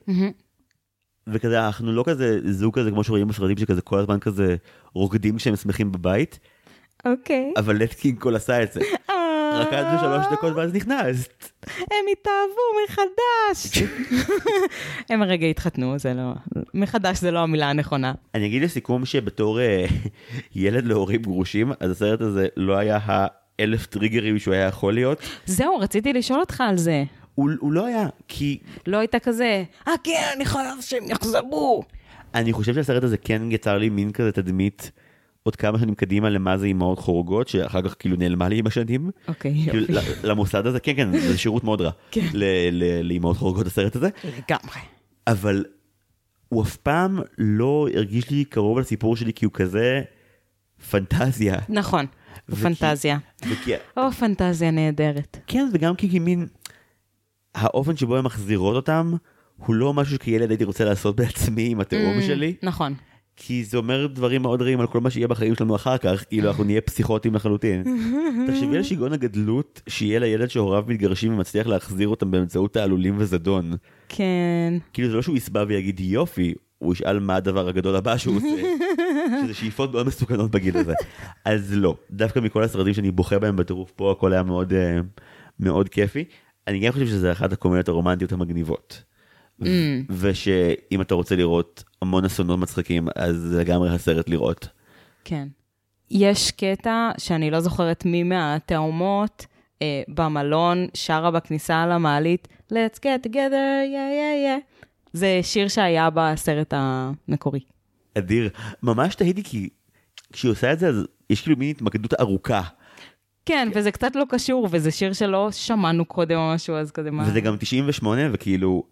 וכזה אנחנו לא כזה זוג כזה כמו שרואים בסרטים שכזה כל הזמן כזה רוקדים שהם שמחים בבית. אוקיי. אבל נט קינג קול עשה את זה. רקדנו שלוש דקות ואז נכנסת. הם התאהבו מחדש. הם הרגע התחתנו, זה לא... מחדש זה לא המילה הנכונה. אני אגיד לסיכום שבתור ילד להורים גרושים, אז הסרט הזה לא היה האלף טריגרים שהוא היה יכול להיות. זהו, רציתי לשאול אותך על זה. הוא, הוא לא היה, כי... לא הייתה כזה, אה כן, אני חייב שהם יחזרו. אני חושב שהסרט הזה כן יצר לי מין כזה תדמית, עוד כמה שנים קדימה למה זה אימהות חורגות, שאחר כך כאילו נעלמה לי עם השנים. אוקיי, כאילו, למוסד הזה, כן, כן, זה שירות מאוד רע. כן. לאימהות חורגות הסרט הזה. לגמרי. אבל הוא אף פעם לא הרגיש לי קרוב לסיפור שלי, כי הוא כזה פנטזיה. נכון, הוא פנטזיה. או, פנטזיה נהדרת. כן, וגם כי מין, האופן שבו הם מחזירות אותם, הוא לא משהו שכילד הייתי רוצה לעשות בעצמי עם התאום שלי. נכון. כי זה אומר דברים מאוד רעים על כל מה שיהיה בחיים שלנו אחר כך, כאילו אנחנו נהיה פסיכוטים לחלוטין. תחשבי על שיגעון הגדלות, שיהיה לילד שהוריו מתגרשים ומצליח להחזיר אותם באמצעות תעלולים וזדון. כן. כאילו זה לא שהוא יסבא ויגיד יופי, הוא ישאל מה הדבר הגדול הבא שהוא עושה, שזה שאיפות מאוד מסוכנות בגיל הזה. אז לא, דווקא מכל הסרטים שאני בוכה בהם בטירוף פה, הכל היה מאוד, מאוד כיפי. אני גם חושב שזה אחת הקומדיות הרומנטיות המגניבות. Mm. ושאם אתה רוצה לראות המון אסונות מצחיקים, אז זה לגמרי הסרט לראות. כן. יש קטע שאני לא זוכרת מי מהתאומות אה, במלון שרה בכניסה למעלית, Let's get together, yeah, yeah, yeah. זה שיר שהיה בסרט המקורי. אדיר. ממש תהיתי כי כשהיא עושה את זה, אז יש כאילו מין התמקדות ארוכה. כן, וזה קצת לא קשור, וזה שיר שלא שמענו קודם או משהו, אז כזה מה... וזה גם תשעים ושמונה, וכאילו...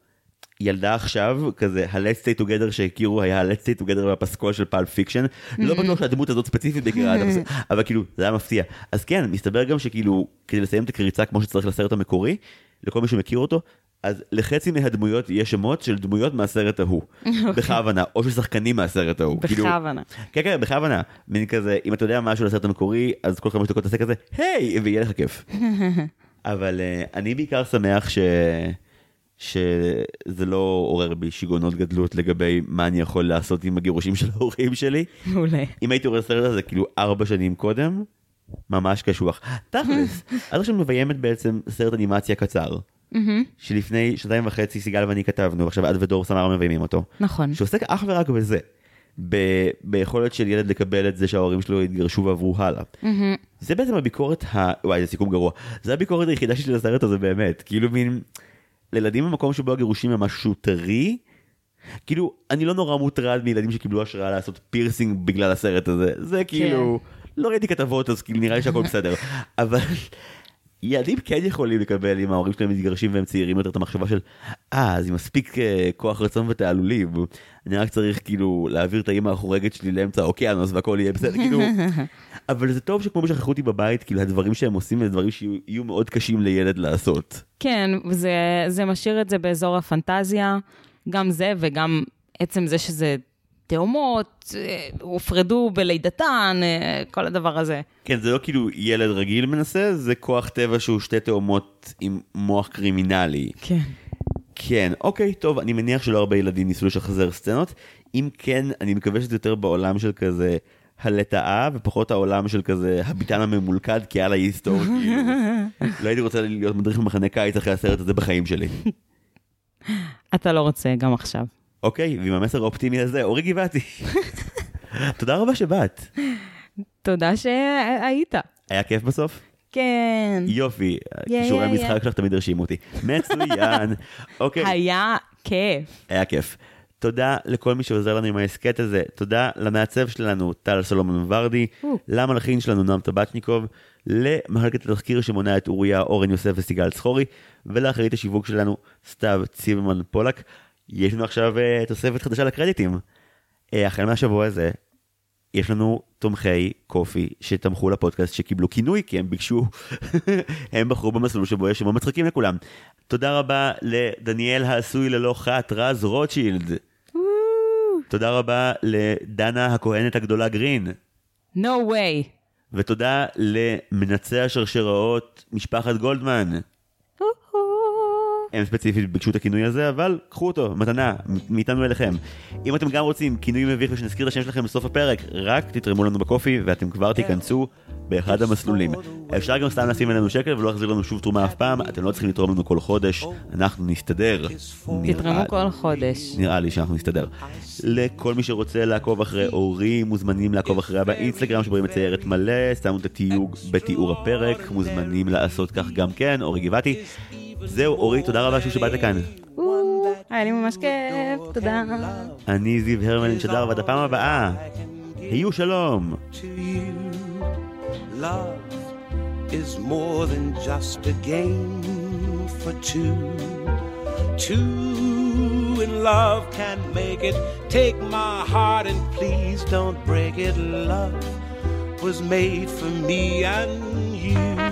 ילדה עכשיו, כזה, ה-Let's Stay Together שהכירו, היה ה-Let's Stay Together בפסקול של פלפ פיקשן, לא בטוח שהדמות הזאת ספציפית בקריאה, אבל כאילו, זה היה מפתיע. אז כן, מסתבר גם שכאילו, כדי לסיים את הקריצה כמו שצריך לסרט המקורי, לכל מי שמכיר אותו, אז לחצי מהדמויות יש שמות של דמויות מהסרט ההוא, בכוונה, או של שחקנים מהסרט ההוא. בכוונה. כן, כן, בכוונה. מין כזה, אם אתה יודע משהו לסרט המקורי, אז כל חמש דקות תעשה כזה, היי, ויהיה לך כיף. אבל אני בעיקר שמח ש... שזה לא עורר בי שיגעונות גדלות לגבי מה אני יכול לעשות עם הגירושים של ההורים שלי. מעולה. אם הייתי רואה סרט הזה כאילו ארבע שנים קודם, ממש קשוח. תכלס, עד עכשיו מביימת בעצם סרט אנימציה קצר, שלפני שנתיים וחצי סיגל ואני כתבנו, ועכשיו עד ודור סמר מביימים אותו. נכון. שעוסק אך ורק בזה, ביכולת של ילד לקבל את זה שההורים שלו התגרשו ועברו הלאה. זה בעצם הביקורת, וואי, זה סיכום גרוע, זה הביקורת היחידה של הסרט הזה באמת, כאילו מין... לילדים במקום שבו הגירושים הם משהו טרי, כאילו, אני לא נורא מוטרד מילדים שקיבלו השראה לעשות פירסינג בגלל הסרט הזה, זה כאילו, לא ראיתי כתבות, אז כאילו נראה לי שהכל בסדר, אבל ילדים כן יכולים לקבל אם ההורים שלהם מתגרשים והם צעירים יותר את המחשבה של, אה, אז היא מספיק כוח רצון ותעלולים, אני רק צריך כאילו להעביר את האמא החורגת שלי לאמצע האוקיינוס והכל יהיה בסדר, כאילו, אבל זה טוב שכמו שכחו אותי בבית, כאילו הדברים שהם עושים, הם דברים שיהיו מאוד קשים לילד לעשות. כן, זה, זה משאיר את זה באזור הפנטזיה, גם זה וגם עצם זה שזה תאומות, הופרדו בלידתן, כל הדבר הזה. כן, זה לא כאילו ילד רגיל מנסה, זה כוח טבע שהוא שתי תאומות עם מוח קרימינלי. כן. כן, אוקיי, טוב, אני מניח שלא הרבה ילדים ניסו לשחזר סצנות, אם כן, אני מקווה שזה יותר בעולם של כזה הלטאה, ופחות העולם של כזה הביטן הממולכד, כי על ההיסטור, כאילו, לא הייתי רוצה להיות מדריך במחנה קיץ אחרי הסרט הזה בחיים שלי. אתה לא רוצה גם עכשיו. אוקיי, ועם המסר האופטימי הזה, אורי גבעתי. תודה רבה שבאת. תודה שהיית. היה כיף בסוף? כן. יופי, קישורי המשחק שלך תמיד הרשימו אותי. מצוין. אוקיי. היה כיף. היה כיף. תודה לכל מי שעוזר לנו עם ההסקט הזה. תודה למעצב שלנו, טל סולומון ורדי, למלחין שלנו, נועם טבצ'ניקוב, למחלקת התחקיר שמונה את אוריה, אורן יוסף וסיגל צחורי, ולאחרית השיווק שלנו, סתיו ציברמן פולק. יש לנו עכשיו uh, תוספת חדשה לקרדיטים. Uh, החל מהשבוע הזה, יש לנו תומכי קופי שתמכו לפודקאסט שקיבלו כינוי, כי הם ביקשו, הם בחרו במסלול שבו יש שמות מצחיקים לכולם. תודה רבה לדניאל העשוי ללא חת, רז רוטשילד. תודה רבה לדנה הכהנת הגדולה גרין. No way. ותודה למנצי השרשראות משפחת גולדמן. הם ספציפית ביקשו את הכינוי הזה, אבל קחו אותו, מתנה, מאיתנו אליכם. אם אתם גם רוצים כינוי מביך ושנזכיר את השם שלכם בסוף הפרק, רק תתרמו לנו בקופי ואתם כבר תיכנסו באחד המסלולים. אפשר גם סתם לשים אלינו שקל ולא להחזיר לנו שוב תרומה אף פעם, אתם לא צריכים לתרום לנו כל חודש, אנחנו נסתדר. תתרמו כל חודש. נראה לי שאנחנו נסתדר. לכל מי שרוצה לעקוב אחרי אורי, מוזמנים לעקוב אחריה באינסטגרם שבו היא מציירת מלא, שמו את התיוג בתיאור הפרק, מוזמנים לעשות כך גם כן, אורי גבעתי. זהו, אורי, תודה רבה שהוא שבאת לכאן. היה לי ממש כיף, תודה. אני זיו הרמלין שדר, ועד הפעם הבאה. היו שלום. Love is more than just a game for two. Two in love can make it. Take my heart and please don't break it. Love was made for me and you.